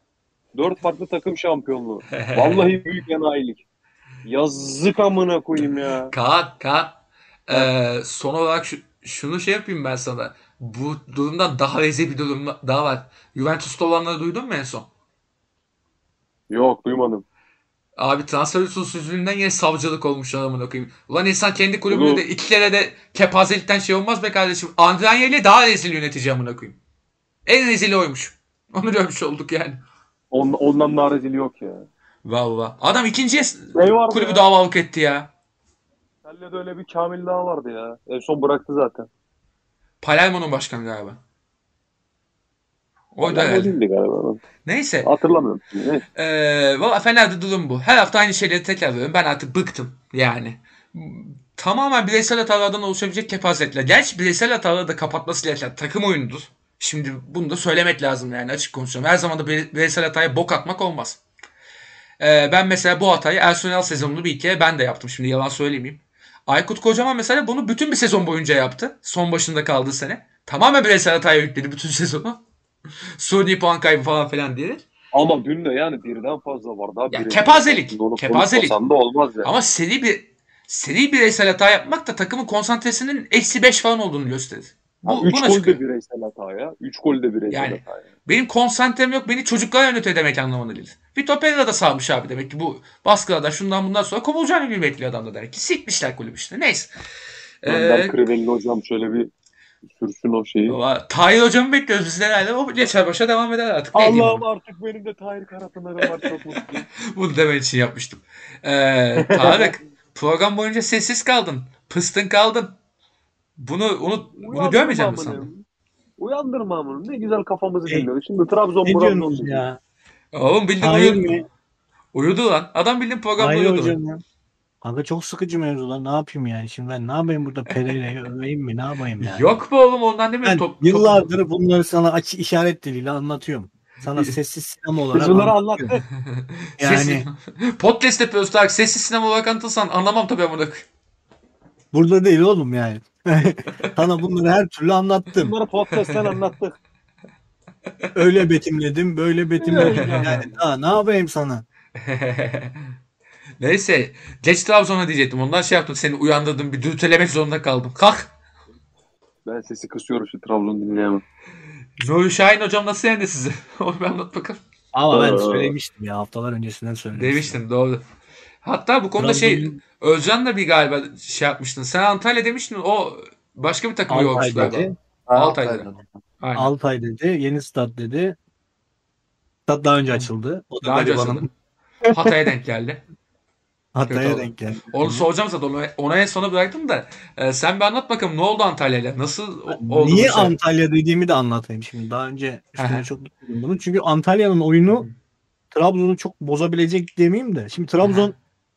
Dört farklı takım şampiyonluğu. Vallahi büyük enayilik. Yazık amına koyayım ya. Kaan, Kaan. Ha. Ee, son olarak şu, şunu şey yapayım ben sana. Bu durumdan daha rezil bir durum daha var. Juventus'ta olanları duydun mu en son? Yok duymadım. Abi transfer usulsüzlüğünden yine savcılık olmuş adamın koyayım. Ulan insan kendi kulübünde Bunu de iki kere de kepazelikten şey olmaz be kardeşim. Andranya ile daha rezil yönetici amına koyayım. En rezili oymuş. Onu görmüş olduk yani. on, ondan daha rezili yok ya. Vallahi. Adam ikinciye Şey vardı kulübü ya. davalık etti ya. Senle de öyle bir Kamil daha vardı ya. En son bıraktı zaten. Palermo'nun başkanı galiba. Oydu Palermo herhalde. değildi galiba. Neyse. Hatırlamıyorum. Neyse. Ee, valla Fener'de durum bu. Her hafta aynı şeyleri tekrarlıyorum. Ben artık bıktım yani. Tamamen bireysel hatalardan oluşabilecek kepazelikler. Gerçi bireysel hataları da kapatması gereken takım oyunudur. Şimdi bunu da söylemek lazım yani, açık konuşuyorum. Her zaman da bireysel hataya bok atmak olmaz. Ee, ben mesela bu hatayı Ersun Yanal sezonunu bir kere ben de yaptım. Şimdi yalan söylemeyeyim. Aykut Kocaman mesela bunu bütün bir sezon boyunca yaptı. Son başında kaldığı sene. Tamamen bireysel hataya yükledi bütün sezonu. Suni puan kaybı falan filan diyerek. Ama dün de yani birden fazla vardı abi. Ya Bireysel kepazelik. hatası. Onu Kepazelik. konuşmasan da olmaz yani. Ama seri bir seri bireysel hata yapmak da takımın konsantresinin eksi beş falan olduğunu gösterir. Bu, üç buna gol çıkıyor. de bireysel hata ya. üç gol de bireysel Yani hata ya. benim konsantrem yok, beni çocuklar yönetiyor demek anlamına gelir. Vitor Pereira da salmış abi demek ki bu baskılardan şundan bundan sonra kovulacağını gibi bekliyor adam da demek ki. Sikmişler kulübü işte. Neyse. Önder Ee, Krivelli hocam şöyle bir sürsün o şeyi. valla Tahir hocamı bekliyoruz biz herhalde. O geçer başa devam eder artık. Ne diyeyim Allah'ım ama. artık benim de Tahir Karapınar'ım var, çok mutluyum. Bunu demek için yapmıştım. Ee, Tarık, program boyunca sessiz kaldın. Pıstın kaldın. Bunu unut, bunu görmeyeceğim mi Uyandırma amına. sandın? Uyandırma amına. Ne güzel kafamızı E, dinliyoruz. Şimdi Trabzon Ne Trabzon diyorsunuz dedi. ya? Oğlum bildiğin Hayır uyudu. mı? Uyudu lan. Adam bildiğin programda Hayır uyudu lan. hocam ya. Kanka çok sıkıcı mevzular. Ne yapayım yani? Şimdi ben ne yapayım burada Pereira'yı öveyim mi? Ne yapayım yani? Yok mu oğlum, ondan demiyorum. Ben Top, top... yıllardır bunları sana açık işaret diliyle anlatıyorum. Sana sessiz sinema olarak Biz bunları anlatıyorum. anlattık. Yani Podcast yapıyoruz Tarık. Sessiz sinema olarak anlatırsan anlamam tabii amına koyayım. burada değil oğlum yani. Sana bunları her türlü anlattım. Bunları podcast'ten anlattık. Öyle betimledim, böyle betimledim. Yani daha ne yapayım sana? Neyse. Geç Trabzon'a diyecektim. Ondan şey yaptım. Seni uyandırdım. Bir dürtelemek zorunda kaldım. Kalk. Ben sesi kısıyorum şu Trabzon dinleyemem. Nuri Şahin hocam nasıl yendi sizi? Onu bir anlat bakalım. Ama ben Ee, söylemiştim ya, haftalar öncesinden söylemiştim. Demiştin, doğru. Hatta bu konuda şey Trabzon'un Özcan da bir galiba şey yapmıştın. Sen Antalya demiştin. O başka bir takıma yormuş Altay galiba. dedi. Altay'da. Altay'da. Aynen. Altay dedi. Yeni stat dedi. Stat daha önce açıldı. O da Daha önce garibanın açıldı. Hatay'a denk geldi. Kötü Hatay'a oldu. denk geldi. Onu soracağım zaten. Onu, ona en sona bıraktım da. E, sen bir anlat bakalım. Ne oldu Antalya'yla? Nasıl o- oldu Niye bu şey? Antalya dediğimi de anlatayım şimdi. Daha önce üstüne Aha. çok düşündüm bunu. Çünkü Antalya'nın oyunu Trabzon'u çok bozabilecek demeyeyim de. Şimdi Trabzon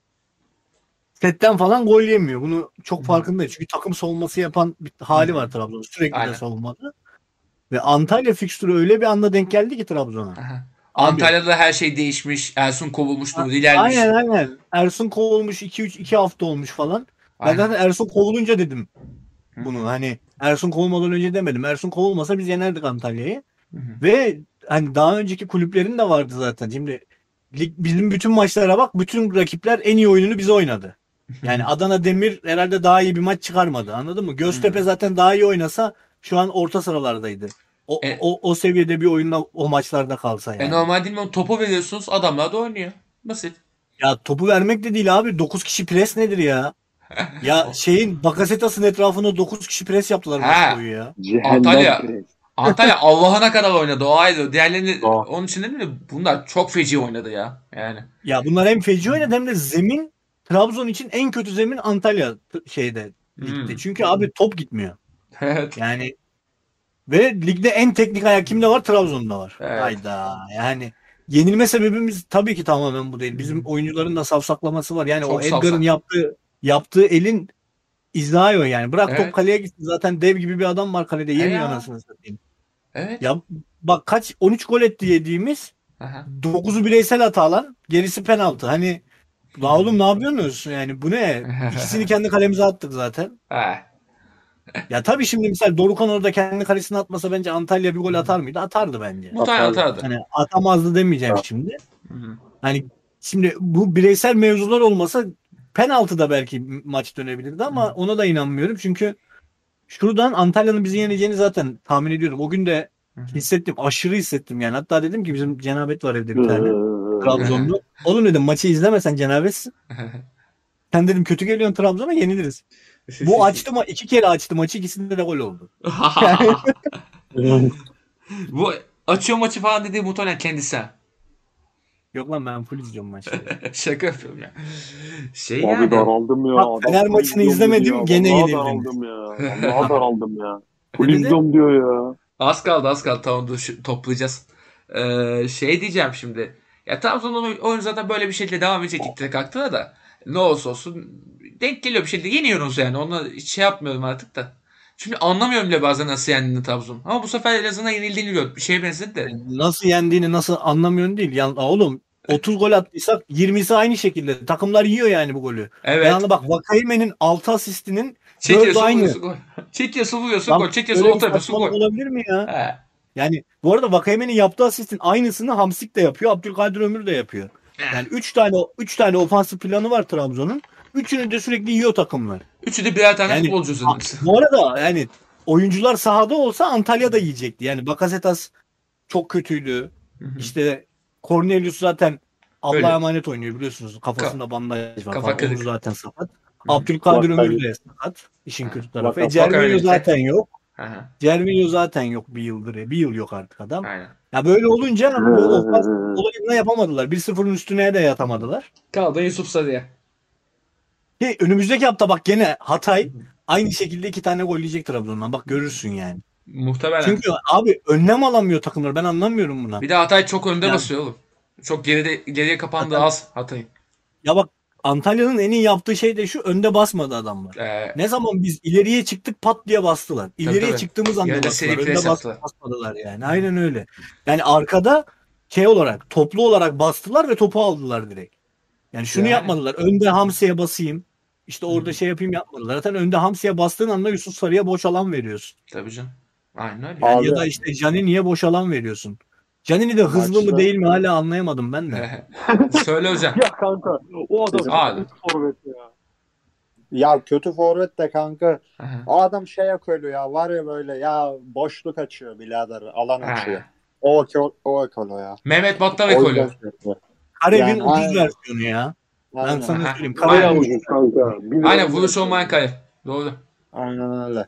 setten falan gol yemiyor. Bunu çok farkındayım. Çünkü takım savunması yapan bir hali var Trabzon'un. Sürekli Aynen. de savunmada. Ve Antalya fikstürü öyle bir anda denk geldi ki Trabzon'a. Aha. Antalya'da her şey değişmiş. Ersun kovulmuş. A- Nuri gelmiş. Aynen aynen. Ersun kovulmuş iki üç iki hafta olmuş falan. Ben Aynen. zaten Ersun kovulunca dedim Hı. bunu. Hani Ersun kovulmadan önce demedim. Ersun kovulmasa biz yenerdik Antalya'yı. Hı hı. Ve hani daha önceki kulüplerin de vardı zaten. Şimdi lig, bizim bütün maçlara bak. Bütün rakipler en iyi oyununu bize oynadı. Yani Adana Demir herhalde daha iyi bir maç çıkarmadı. Anladın mı? Göztepe zaten daha iyi oynasa şu an orta sıralardaydı. O, E- o, o seviyede bir oyunla o maçlarda kalsa yani. E normal değil mi? O topu veriyorsunuz. Adamlar da oynuyor. Basit. Ya topu vermek de değil abi. dokuz kişi pres nedir ya? Ya şeyin Bakasetas'ın etrafına dokuz kişi pres yaptılar Ha. maç boyu ya. Cehennem Antalya. pres. Antalya Allah'ına kadar oynadı. O ayrı. Diğerlerini Doğru. onun için değil mi? Bunlar çok feci oynadı ya. Yani. Ya bunlar hem feci oynadı hem de zemin Trabzon için en kötü zemin Antalya t- şeyde ligde. Hmm. Çünkü abi top gitmiyor. Evet. Yani ve ligde en teknik ayak kimde var? Trabzon'da var. Evet. Hayda. Yani yenilme sebebimiz tabii ki tamamen bu değil. Bizim oyuncuların da savsaklaması var. Yani Çok o Edgar'ın savsak. yaptığı yaptığı elin izahı o yani. Bırak Evet. top kaleye gitsin. Zaten dev gibi bir adam var kalede. Yemiyor ya. anasını satayım. Evet. Ya bak kaç on üç gol etti yediğimiz Aha. dokuzu bireysel hatalar, gerisi penaltı. Hani la oğlum ne yapıyorsunuz? Yani bu ne? İkisini kendi kalemize attık zaten. Ha. Ya tabii şimdi mesela Dorukhan orada kendi kalesine atmasa bence Antalya bir gol atar mıydı? Atardı bence. Muhtemelen atardı. Hani atamazdı demeyeceğim Evet. şimdi. Hı hı. Hani şimdi bu bireysel mevzular olmasa penaltıda belki maç dönebilirdi ama Hı. ona da inanmıyorum. Çünkü şuradan Antalya'nın bizi yeneceğini zaten tahmin ediyordum. O gün de Hı hı. hissettim. Aşırı hissettim yani. Hatta dedim ki bizim cenabet var evde bir tane. Ee, Trabzonlu. Oğlum dedim maçı izlemesen cenabetsin. Sen dedim kötü geliyorsun Trabzon'a yeniliriz. Bu açtı mı iki kere açtı maçı ikisinde de gol oldu. Bu açıyor maçı falan dediği muhtemelen kendisi. ha. Yok lan ben full izliyorum maçları. Şaka yapıyorum ya. Şey Abi yani. daraldım ya. Bak, Adam Fener full maçını izliyorum dedi izlemedim, ya. gene Vallahi yenildiniz. daraldım ya. Vallahi daraldım ya. Full Ne dedi? izliyorum diyor ya. Az kaldı az kaldı. Tamam dur şu- toplayacağız. Ee, şey diyeceğim şimdi. Ya Trabzon'un oyunu zaten böyle bir şekilde devam edecek ilk direkt aklına da. Ne olursa olsun denk geliyor bir şekilde. Yeniyoruz yani. Ona hiç şey yapmıyorum artık da. Çünkü anlamıyorum bile bazen nasıl yendiğini Trabzon. Ama bu sefer en azından yenildiğini gör. Bir şeye benzedi de. Nasıl yendiğini nasıl anlamıyorsun değil. Yani oğlum otuz gol attıysak yirmisi aynı şekilde. Takımlar yiyor yani bu golü. Evet. Yani bak Vakayeme'nin altı asistinin dördü Çekiyorsun aynı. vuruyorsun gol. Çekiyorsun vuruyorsun Lan gol. Çekiyorsun böyle bir orta yapıyorsun saçmalık gol. olabilir mi ya? He. Yani bu arada Vakayeme'nin yaptığı asistin aynısını Hamsik de yapıyor. Abdülkadir Ömür de yapıyor. Yani üç tane üç tane ofansif planı var Trabzon'un. Üçünü de sürekli yiyor takımlar. Üçü de birer tane Yani futbolcu a- üzerinde. bu arada yani oyuncular sahada olsa Antalya da yiyecekti. Yani Bakasetas çok kötüydü. İşte Cornelius zaten Allah'a Öyle. emanet oynuyor biliyorsunuz. Kafasında bandaj var kafa falan. kırık. Omzu zaten sakat. Hı. Abdülkadir Vakayeme. Ömür de sakat. İşin Ha. kötü tarafı. Vaka- E, Cervinho Vakayeme'de. zaten yok. Hı hı. Cervinho zaten yok bir yıldır. Bir yıl yok artık adam. Aynen. Ya böyle olunca bu ofans olayını yapamadılar. bir sıfırın üstüne de yatamadılar. Kaldı Yusuf Sarı'ya. Ki önümüzdeki hafta bak gene Hatay aynı şekilde iki tane gol yiyecek Trabzon'dan. Bak görürsün yani. Muhtemelen. Çünkü abi önlem alamıyor takımlar. Ben anlamıyorum buna. Bir de Hatay çok önde Ya- basıyor oğlum. Çok geride geriye kapandığı Zaten- az Hatay'ın. Ya bak Antalya'nın en iyi yaptığı şey de şu önde basmadı adamlar. Ee, Ne zaman biz ileriye çıktık pat diye bastılar. İleriye tabii. çıktığımız anda Yarıda bastılar. seri Önde pres bas, yaptılar. basmadılar yani. Aynen öyle. Yani arkada şey olarak toplu olarak bastılar ve topu aldılar direkt. Yani şunu Yani. yapmadılar. Önde Hamsi'ye basayım. İşte orada Hı. şey yapayım yapmadılar. Zaten önde Hamsi'ye bastığın anda Yusuf Sarı'ya boş alan veriyorsun. Tabii canım. Aynen öyle. Yani Abi- ya da işte Canini'ye boş alan veriyorsun. Canini de hızlı mı Maçta- değil mi hala anlayamadım ben de. Söyle hocam. Ya kanka o adam Sizin- Abi. forvet ya. Ya kötü forvet de kanka. Hı hı. O adam şey yapıyor ya. Var ya böyle ya boşluk açıyor birader. Alan Ha. açıyor. O o o ekolo ya. Mehmet Batta ve O Kolo. yüzden şey yapıyor. Karevin Yani ucuz aynen. versiyonu ya. Ben Aynen. sana Aha. söyleyeyim. Aynen. Karevin Bayağı ucuz kanka. Bir lira Aynen bir vuruş lira. olmayan kale. Doğru. Aynen öyle.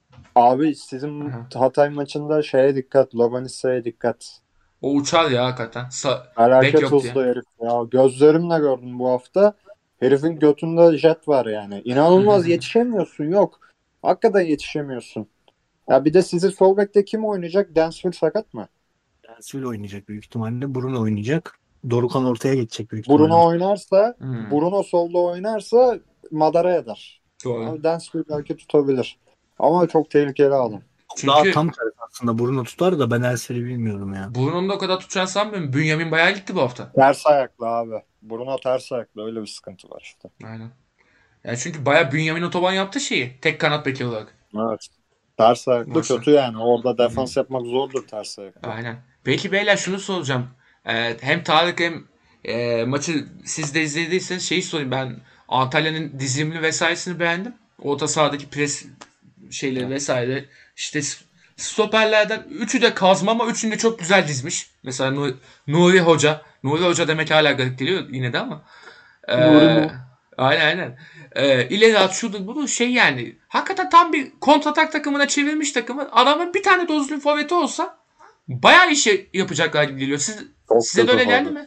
Abi sizin Aha. Hatay maçında şeye dikkat. Lobanissa'ya dikkat. O uçar ya hakikaten. Sa Bek Felaket yok hızlı diye. herif ya. Gözlerimle gördüm bu hafta. Herifin götünde jet var yani. İnanılmaz yetişemiyorsun yok. Hakikaten yetişemiyorsun. Ya bir de sizi sol bekte kim oynayacak? Dansville sakat mı? Dansville oynayacak büyük ihtimalle. Bruno oynayacak. Dorukhan ortaya geçecek büyük ihtimalle. Bruno oynarsa, Hmm. Bruno solda oynarsa madara eder. Doğru. Ama Dansville belki tutabilir. Ama çok tehlikeli alın. Daha Çünkü tam tersi aslında Bruno tutar da ben Ersel'i bilmiyorum ya. Bruno'nun da o kadar tutacağını sanmıyorum. Bünyamin bayağı gitti bu hafta. Ters ayaklı abi. Bruno ters ayaklı. Öyle bir sıkıntı var işte. Aynen. Yani çünkü bayağı Bünyamin otoban yaptı şeyi. Tek kanat beki olarak. Evet. Ters ayaklı Boşver. kötü yani. Orada defans yapmak zordur ters ayaklı. Aynen. Peki beyler şunu soracağım. Ee, hem Tarık hem e, maçı siz de izlediyseniz şeyi sorayım. Ben Antalya'nın dizimli vesairesini beğendim. Orta sahadaki pres şeyleri vesaire. İşte s- stoperlerden üçü de kazma ama üçünü de çok güzel dizmiş. Mesela Nuri, Nuri Hoca. Nuri Hoca demek hala garip geliyor yine de ama. Ee, Nuri mu? Aynen aynen. Ee, ileri at şudur bunu şey yani. Hakikaten tam bir kontratak takımına çevirmiş takımı. Adamın bir tane dozlu forveti olsa bayağı iş yapacaklar gibi geliyor. Siz, Çok size de kötü öyle geldi forvet. mi?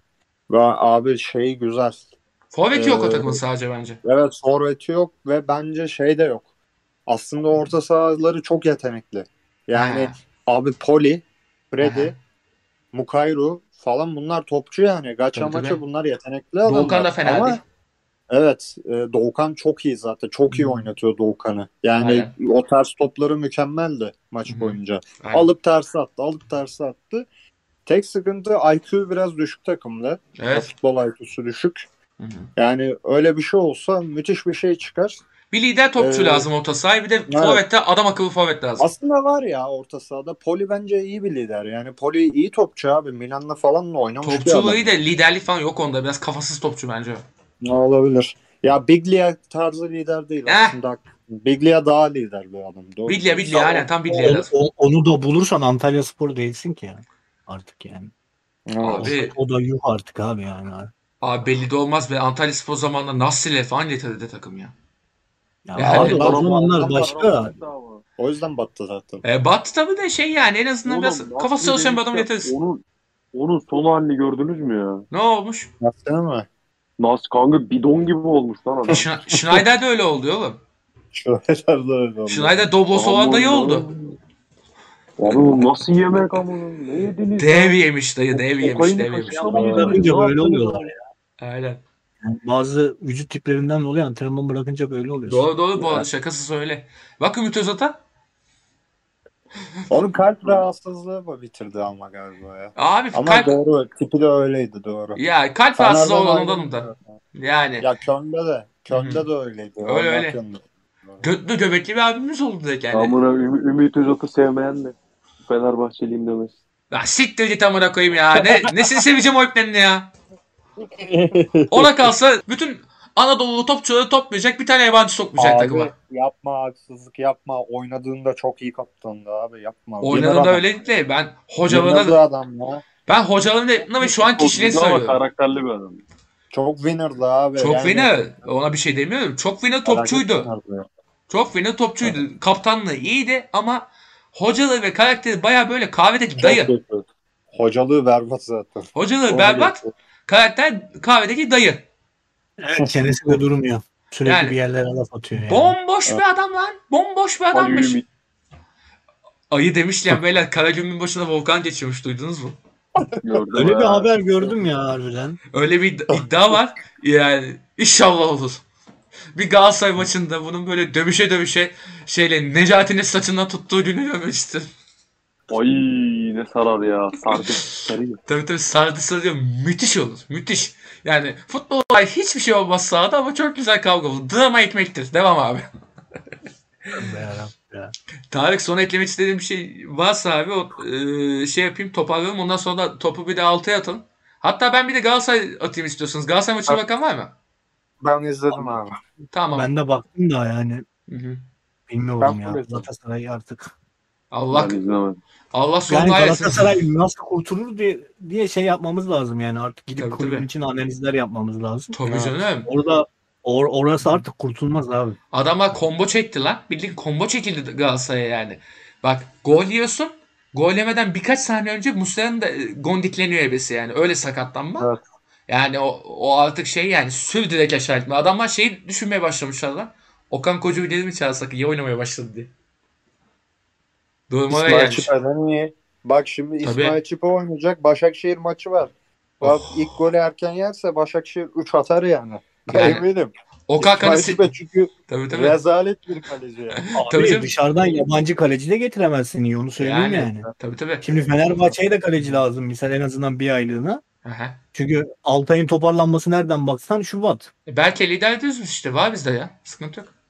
Ve abi şey güzel. Forveti yok o Ee, takımın sadece bence. Evet forveti yok ve bence şey de yok. Aslında orta sahaları çok yetenekli. Yani Ha. abi Poli, Freddy, Aha. Mukayru falan bunlar topçu yani. Gaça Tabii, maça tabii. bunlar yetenekli adamlar. Doğukan da fena Ama değil. evet e, Doğukan çok iyi zaten. Çok iyi Hı. oynatıyor Doğukan'ı. Yani o ters topları mükemmeldi maç Hı. boyunca. Aynen. Alıp tersi attı, alıp tersi attı. Tek sıkıntı I Q biraz düşük takımda. Evet. Futbol I Q'su düşük. Hı hı. Yani öyle bir şey olsa müthiş bir şey çıkar. Bir lider topçu Ee, lazım orta sahaya. Bir de evet. forvette adam akıllı forvet lazım. Aslında var ya orta sahada. Poli bence iyi bir lider. Yani Poli iyi topçu abi. Milan'la falan da oynamış bir adam. Topçuluğu iyi de liderlik falan yok onda. Biraz kafasız topçu bence. Ne olabilir? Ya Biglia tarzı lider değil Eh. aslında. Biglia daha lider bir adam. Doğru. Biglia Biglia aynen tam Biglia O- lazım. o- onu da bulursan Antalya Spor değilsin ki ya. Artık yani. Evet. Abi, O da yuh artık abi yani. abi belli de olmaz be. Antalya Spor zamanında Nassil'e falan getirdi de takım ya. Ya Yani- abi o Adam- zamanlar adam- başka. O yüzden battı zaten. E, battı tabii de şey yani en azından Oğlum, biraz kafası Nasri çalışan bir adam dedik ya, getiririz. Onun, onun son halini gördünüz mü ya? Ne olmuş? Nasıl mi? Nas kanka bidon gibi olmuş lan adam. Schne- Schneider de öyle oldu ya oğlum. Schneider de öyle oldu. Schneider Doblos olan dayı oldu. Abi bu nasıl yemek ama? Ne yediniz? Dev yemiş dayı, dev yemiş, Kokaini dev yemiş. kaçırma Aa, yediniz. bırakınca Ne böyle yaptınız oluyorlar abi? Aynen. Yani bazı vücut tiplerinden dolayı antrenman bırakınca böyle oluyor. Doğru doğru bu arada şakasız öyle. Bak Ümit Özat'a. Onun kalp rahatsızlığı mı bitirdi ama galiba ya. Abi Ama kalp... doğru. Tipi de öyleydi doğru. Ya kalp rahatsızlığı Fener'den olanından ayrıldı. da. Yani Ya Köln'de de. Köln'de de öyleydi. Öyle, Allah öyle. Köln'de. götlü göbekli bir abimiz oldu direkt yani. Amına Üm- Ümit Özat'ı sevmeyen de Fenerbahçeliyim demez. Ya siktir git amına koyayım ya. Ne, nesini seveceğim o iplerini ya. Ona kalsa bütün Anadolu topçuları toplayacak bir tane yabancı sokmayacak takıma. Abi yapma haksızlık yapma. Oynadığında çok iyi kaptandı abi yapma. Oynadığında Winner öyle değil de ben adam. hocalarına Winner da, adam ya. ben hocalarına ve şu an Çok kişiliğini güzel ama söylüyorum. karakterli bir adam. Çok winner'dı abi. Çok Yani- winner. Ona bir şey demiyorum. Çok winner topçuydu. Winner'dı. Çok winner topçuydu. Kaptanlığı iyiydi ama hocalığı ve karakteri baya böyle kahvedeki Çok dayı. kötü. Hocalığı berbat zaten. Hocalığı Ona berbat, geçti. karakter kahvedeki dayı. Evet, çenesi de durmuyor. Sürekli Yani- bir yerlere laf atıyor yani. Bomboş bir adam lan. Bomboş bir adammış. Ayı Ümit. Ayı demişken beyler Karagümrük'ün başına volkan geçiyormuş duydunuz mu? Gördüm Öyle bir ha. haber gördüm ya harbiden. Öyle bir iddia- iddia var. Yani inşallah olur. Bir Galatasaray maçında bunun böyle dövüşe dövüşe şeyle Necati'nin saçından tuttuğu günü görmek istedim. Ay ne sarar ya. Sardı. Sarıyor. Tabii tabii sardı sarıyor. Müthiş olur. Müthiş. Yani futbol olay hiçbir şey olmaz sahada ama çok güzel kavga olur. Drama ekmektir. Devam abi. Be yarabbim ya. Tarık son eklemek istediğim bir şey varsa abi o e, şey yapayım toparlayalım. Ondan sonra da topu bir de altıya atalım. Hatta ben bir de Galatasaray atayım istiyorsanız. Galatasaray maçına bakan var mı? Ben izledim abi. Tamam. Ben de baktım da yani Hı hı. bilmiyorum Ben ya. full izledim. Galatasaray artık. Allah Ben izlemedim. Allah Yani sonunu hayretsin. Galatasaray nasıl kurtulur diye, diye şey yapmamız lazım yani artık gidip Tabii, kulübün tabii. için analizler yapmamız lazım. Tabii Evet. canım. Orada or, orası artık kurtulmaz abi. Adamlar combo çekti lan. Bildiğin combo çekildi Galatasaray'a yani. Bak gol yiyorsun. Gol yemeden birkaç saniye önce Muslera'nın da e, gondikleniyor ebesi yani. Öyle sakatlanma. Evet. Yani o, o artık şey yani sür direkt aşağı etme. Adamlar şeyi düşünmeye başlamışlar lan. Okan Kocaman gelir mi çağırsak iyi oynamaya başladı diye. Duruma öyle İsmail gelmiş. Çipe'den iyi. Bak şimdi Tabii. İsmail Çipe oynayacak. Başakşehir maçı var. Bak Oh. ilk golü erken yerse Başakşehir üç atar yani. Yani Eminim. Okan İsmail Kanı Çipe çünkü tabii tabii. rezalet bir kaleci yani. Tabii Abi canım. dışarıdan yabancı kaleci de getiremezsin iyi onu söyleyeyim Yani, yani. Tabii tabii. Şimdi Fenerbahçe'ye de kaleci lazım misal en azından bir aylığına. Aha. Çünkü Altay'ın toparlanması nereden baksan Şubat. E belki lider ediyoruz işte. Var bizde ya. Sıkıntı yok.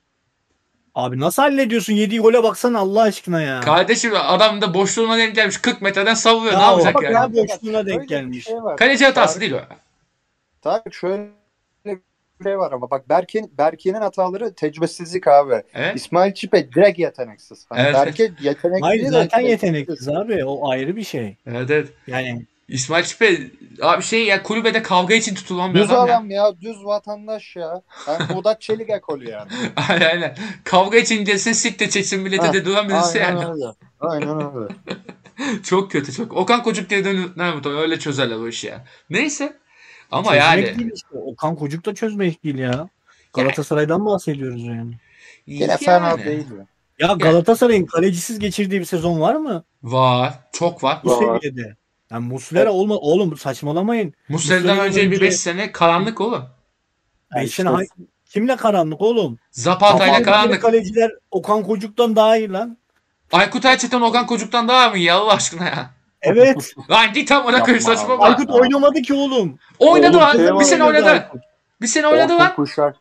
Abi nasıl hallediyorsun? Yediği gole baksana Allah aşkına ya. Kardeşim adam da boşluğuna denk gelmiş. kırk metreden savuruyor. Ne Ya yapacak bak yani? ya boşluğuna denk Öyle bir gelmiş. şey var. Kaleci hatası Tarık- değil o. Tarık şöyle bir şey var ama bak Berke'nin Berke'nin hataları tecrübesizlik abi. Evet. İsmail Çipe direkt yeteneksiz. Hani Evet. Berke yetenekli Hayır de zaten tecrübesiz. yeteneksiz abi. O ayrı bir şey. Evet evet. Yani İsmail Çipe abi şey ya kulübede kavga için tutulan bir Düz adam ya. adam ya. Düz vatandaş ya. Yani Budak Çelik ekolü yani. Aynen aynen. Kavga için gelsin siktir çeksin millete de duran birisi Aynen yani. öyle. Aynen öyle. Çok kötü çok. Okan Kocuk diye dönüyor. Öyle çözerler o işi ya. Neyse. Ama çözmek yani. değil işte. Okan Kocuk da çözmek değil ya. Galatasaray'dan bahsediyoruz yani. Yine fena değil ya. Ya Galatasaray'ın kalecisiz geçirdiği bir sezon var mı? Var. Çok var. Bu Var. seviyede. Yani Muslera olma oğlum saçmalamayın. Muslera'dan Muslera'dan önce bir önce- beş sene karanlık oğlum. Beş işte- sene hay- kimle karanlık oğlum? Zapata ile Kafanın karanlık. kaleciler Okan Kocuk'tan daha iyi lan. Aykut Erçetin Okan Kocuk'tan daha mı iyi Allah aşkına ya? Evet. Lan git amına koyayım Yapma saçma abi. bak. Aykut oynamadı ki oğlum. Oynadı Oğlum lan. şey Bir var sene ya, oynadı. Aykut. Bir sene oynadı Orkun lan. Kuşar.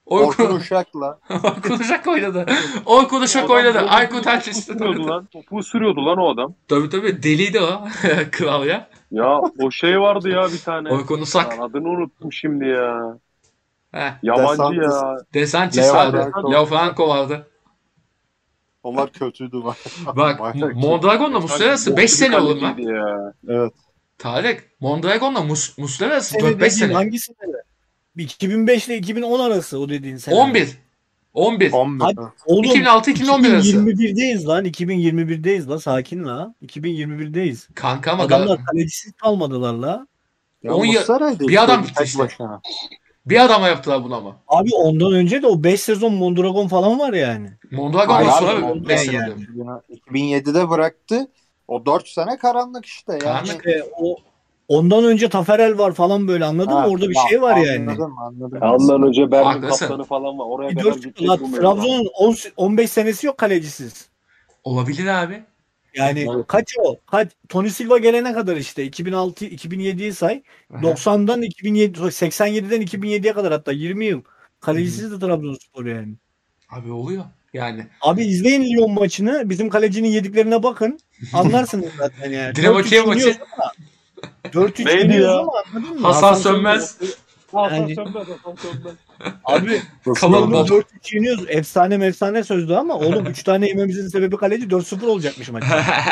Orkun Orkun, Uşak'la. Orkun Uşak oynadı. Orkun Uşak oynadı. Adam Aykut topu Erçeş'te sürüyordu oynadı. lan. Topu sürüyordu lan o adam. Tabii tabii deliydi o. Kral ya. Ya o şey vardı ya bir tane. Orkun Uşak. Lan adını unuttum şimdi ya. Heh. Yabancı Desantis. ya. Desantis Leo vardı. Franco. Leo Franco vardı. Onlar kötüydü bak. Bak Bayağı Mondragon'la Muslera'sı beş sene olur lan. Kaleciydi ya. Evet. Tarık, Mondragon'la Mus Muslera'sı Sene dört beş dediğin sene. hangi sene? iki bin beş ile iki bin on arası o dediğin sene. on bir. on bir. on bir. Hadi oğlum iki bin altı iki bin on bir arası. iki bin yirmi birdeyiz lan. iki bin yirmi birdeyiz la. Sakin la. iki bin yirmi birdeyiz. Kanka ama Adamlar Gal- kalecisiz kalmadılar la. Ya on ya- Muslera'ydı bir adam tek gitti işte. başına. bir adama yaptılar bunu ama. Abi ondan önce de o beş sezon Mondragon falan var yani. Mondragon'dan Hayır sonra abi, beş yani. sene Yani. oluyor. iki bin yedide bıraktı. O dört sene karanlık işte. Yani. Karanlık. E, o ondan önce Taferel var falan böyle anladın Ha, mı? Orada bir ya, şey var yani. Anladım anladım. Ondan önce Berlin Haklısın. kaptanı falan var. Oraya Bir kadar dört gidecek la, bu mevzu. Trabzon'un on, on beş senesi yok kalecisiz. Olabilir abi. Yani Evet. kaç o? Kaç Tony Silva gelene kadar işte iki bin altı iki bin yediyi say. doksandan iki bin yedi seksen yediden iki bin yediye kadar hatta yirmi yıl kalecisiz de Trabzonspor yani. Abi oluyor. Yani. Abi izleyin Lyon maçını. Bizim kalecinin yediklerine bakın. Anlarsınız zaten yani. Dinamo dört üç Kiev maçı. yeniyoruz ama- dört üç Neydi yeniyoruz ya? ama anladın mı? Hasan Sönmez. Hasan Yani- Sönmez, Hasan Sönmez. Abi Kalan Lyon'u bot. dört üç yeniyoruz. Efsane mefsane sözlü ama oğlum üç tane yememizin sebebi kaleci dört sıfır olacakmış maç.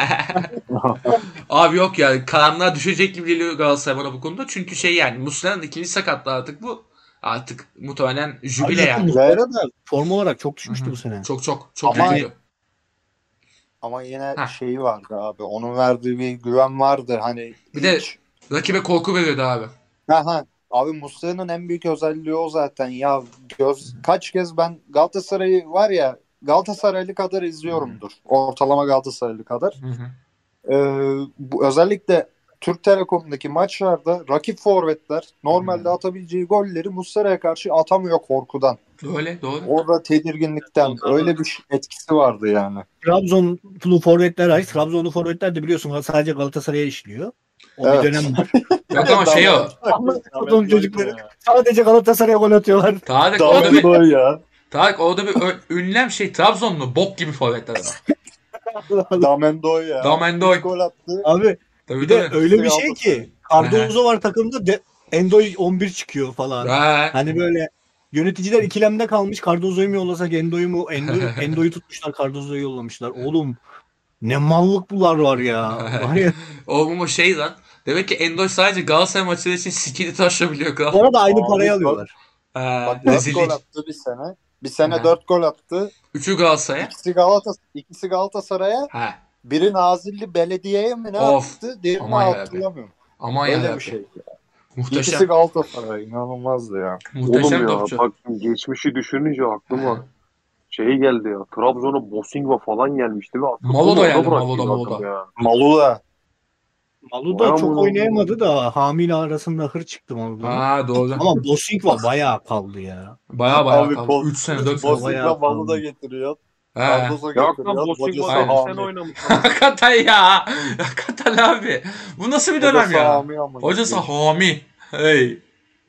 Abi yok ya. Karanlığa düşecek gibi geliyor Galatasaray bana bu konuda. Çünkü şey yani Muslera'nın ikinci sakatlığı artık bu. Artık muhtemelen jübile Abi yani. Muslera da form olarak çok düşmüştü Hı hı. bu sene. Çok çok çok Ama- kötü. Ama yine Ha. şeyi vardı abi. Onun verdiği bir güven vardı. Hani Bir de- hiç- Rakibe korku veriyordu abi. Aha. Abi Muslera'nın en büyük özelliği o zaten. Ya göz kaç kez ben Galatasaray'ı var ya Galatasaraylı kadar izliyorumdur. Ortalama Galatasaraylı kadar. Hı hı. Ee, bu özellikle Türk Telekom'daki maçlarda rakip forvetler normalde Hmm. atabileceği golleri Muslera'ya karşı atamıyor korkudan. Öyle doğru. Orada tedirginlikten öyle bir şey- etkisi vardı yani. Trabzonlu forvetler hariç. Trabzonlu forvetler de biliyorsun sadece Galatasaray'a işliyor. O Evet. bir dönem var. Yok ama şey o. Trabzon çocukları sadece Galatasaray'a gol atıyorlar. Tarık orada bir, Damendoy ya. Tarık orada bir ö- ünlem şey Trabzonlu bok gibi forvetler ama. Damendoy ya. Damendoy. Üç gol attı. Abi Tabii bir de tabii. öyle bir şey ki Cardozo var takımda de, Endoy on bir çıkıyor falan. Ha. Hani böyle yöneticiler ikilemde kalmış. Cardozo'yu mu yollasak Endoy'u mu? Endoy, Endoy'u tutmuşlar Cardozo'yu yollamışlar. Oğlum ne mallık bunlar var ya. Var ya. Oğlum o şey lan. Demek ki Endoy sadece Galatasaray maçları için skill'i taşıyabiliyor kral. Bu arada aynı Abi, parayı bak- alıyorlar. Ha, Bak dört gol rezillik. attı bir sene. Bir sene Aha. dört gol attı. Üçü Galatasaray'a. İkisi Galatasaray, ikisi Galatasaray'a. Ha. Biri Nazilli Belediye'ye mi ne Of. attı? Diğerini Aman yarabbim. hatırlamıyorum. Aman Öyle ya. bir şey. Muhteşem. İkisi Galatasaray. İnanılmazdı ya. Muhteşem Oğlum ya topçu. bak geçmişi düşününce Ha. aklıma şey geldi ya. Trabzon'a Bosinga falan gelmişti ve aklı Malo da orada geldi, bıraktı Malo da, Malo zaten da. ya. Malula. Malu da Bayağı çok Malu- oynayamadı da hamile arasında hır çıktı Malu'da. Ha doğru. Ama Bosingva bayağı kaldı ya. Baya baya Abi, kaldı. Bos- üç sene dört sene. Bos- Bosinga bayağı Malu da kaldı. getiriyor. He. Cardozo Ya getiriyor. aklımda Bosinga Hocası sekiz Aynen. sene Hami. oynamış. Hakikaten ya. Hakikaten abi. Bu nasıl bir dönem Hocası ya? Hami ama. Hocası Hami. Hey.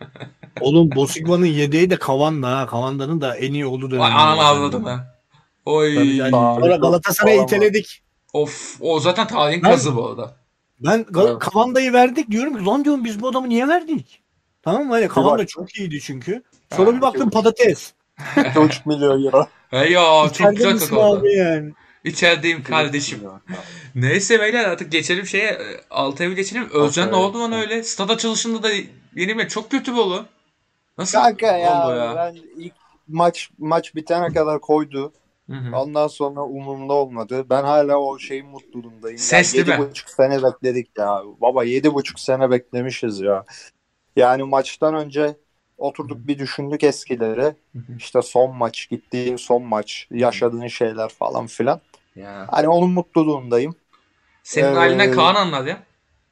Oğlum Bosingva'nın yedeği de Kavan'da ha. Kavanda'nın da en iyi olduğu dönem. Vay ananı avladım ha. Oy. Tabii yani. Tabii. Sonra Galatasaray'ı Falan var. iteledik. Of. O zaten tarihin Ben- kazı bu arada. Ben Gal- Evet. Kavanda'yı verdik diyorum ki lan diyorum biz bu adamı niye verdik? Tamam mı? Hani Kavanda baktım. çok iyiydi çünkü. Sonra Ha, bir baktım çok- patates. iki buçuk milyon euro. Hey ya çok İçeride güzel misin takı oldu. abi yani? İçerideyim kardeşim. Neyse beyler artık geçelim şeye. e, Altay'a bir geçelim. Özcan ne Altay'a. oldu lan öyle? Stad açılışında da yeni mi? Çok kötü bu oğlum. Nasıl Kanka ya, oldu ya? ben ilk maç maç bitene kadar koydu. Hı hı. Ondan sonra umurumda olmadı. Ben hala o şeyin mutluluğundayım. Ses değil mi? Yedi buçuk sene bekledik ya. Baba yedi buçuk sene beklemişiz ya. Yani maçtan önce oturduk bir düşündük eskileri. Hı hı. İşte son maç, gittiğin son maç, yaşadığın şeyler falan filan. Ya. Hani onun mutluluğundayım. Senin Ee, halinden Kaan anlar ya.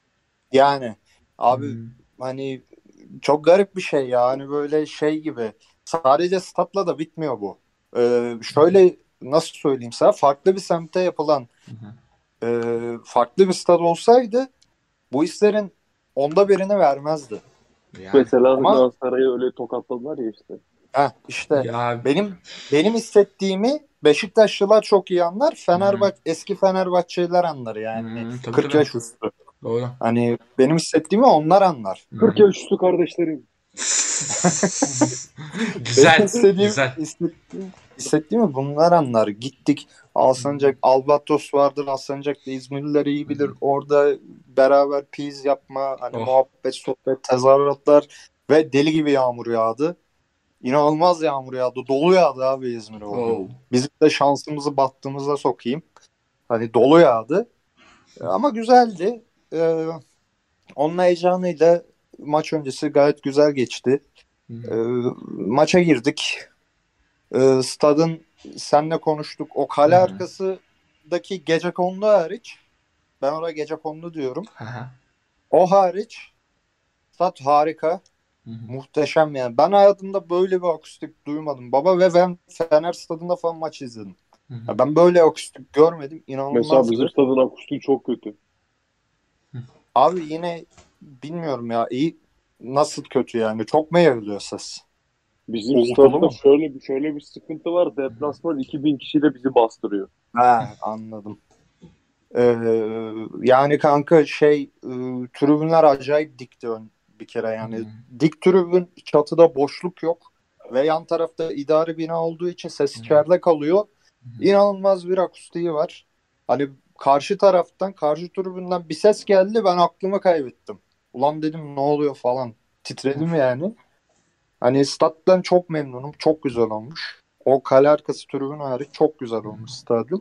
Yani abi Hmm. hani çok garip bir şey ya. Hani böyle şey gibi. Sadece statla da bitmiyor bu. Ee, şöyle nasıl söyleyeyim sana, farklı bir semtte yapılan Hı hı. e, farklı bir stad olsaydı bu hislerin onda birini vermezdi. Yani. Mesela Ama- Galatasaray'ı öyle tokatladılar ya işte. Heh, işte Ya benim benim hissettiğimi Beşiktaşlılar çok iyi anlar. hı, Fenerbahçe eski Fenerbahçeliler anlar yani. hı, tabii kırk tabii. yaş üstü. Doğru. Hani benim hissettiğimi onlar anlar. Hı kırk hı. yaş üstü kardeşlerim. Benim Güzel, istediğim, güzel. hissettiğim, hissettiğimi bunlar anlar. Gittik Alsancak, Albatros vardır. Alsancak'ta İzmirliler iyi Hı bilir. hı. Orada beraber piz yapma, hani Oh, muhabbet, sohbet, tezahüratlar ve deli gibi yağmur yağdı. İnanılmaz yağmur yağdı. Dolu yağdı abi İzmir'e o gün. oh. Bizim de şansımızı battığımıza sokayım. Hani dolu yağdı. Ama güzeldi. Ee, onun heyecanıyla maç öncesi gayet güzel geçti. Hı Ee, hı. maça girdik. Ee, stadın senle konuştuk. O Hı kale hı. arkasındaki gecekondu hariç, ben oraya gecekondu diyorum. Hı hı. O hariç stat harika. Hı hı. Muhteşem yani. Ben hayatımda böyle bir akustik duymadım. Baba ve ben Fener stadında falan maç izledim. Hı hı. Ya ben böyle akustik görmedim. Mesela bizim İnanılmazdı. stadın akustiği çok kötü. Abi yine bilmiyorum ya. İyi, nasıl kötü yani? Çok mu yayılıyor ses? Bizim Uğultulu stadda mu? şöyle bir şöyle bir sıkıntı var. Deplasman iki bin kişiyle bizi bastırıyor. Ha, anladım. Ee, yani kanka şey e, tribünler acayip dikti ön bir kere Hı yani. hı. Dik tribün, çatıda boşluk yok ve yan tarafta idari bina olduğu için ses Hı hı. içeride kalıyor. Hı hı. İnanılmaz bir akustiği var. Hani karşı taraftan, karşı tribünden bir ses geldi, ben aklımı kaybettim. Ulan dedim ne oluyor falan. Titredim Of. yani. Hani stat'tan çok memnunum. Çok güzel olmuş. O kale arkası tribün hariç çok güzel Hı hı. olmuş stadyum.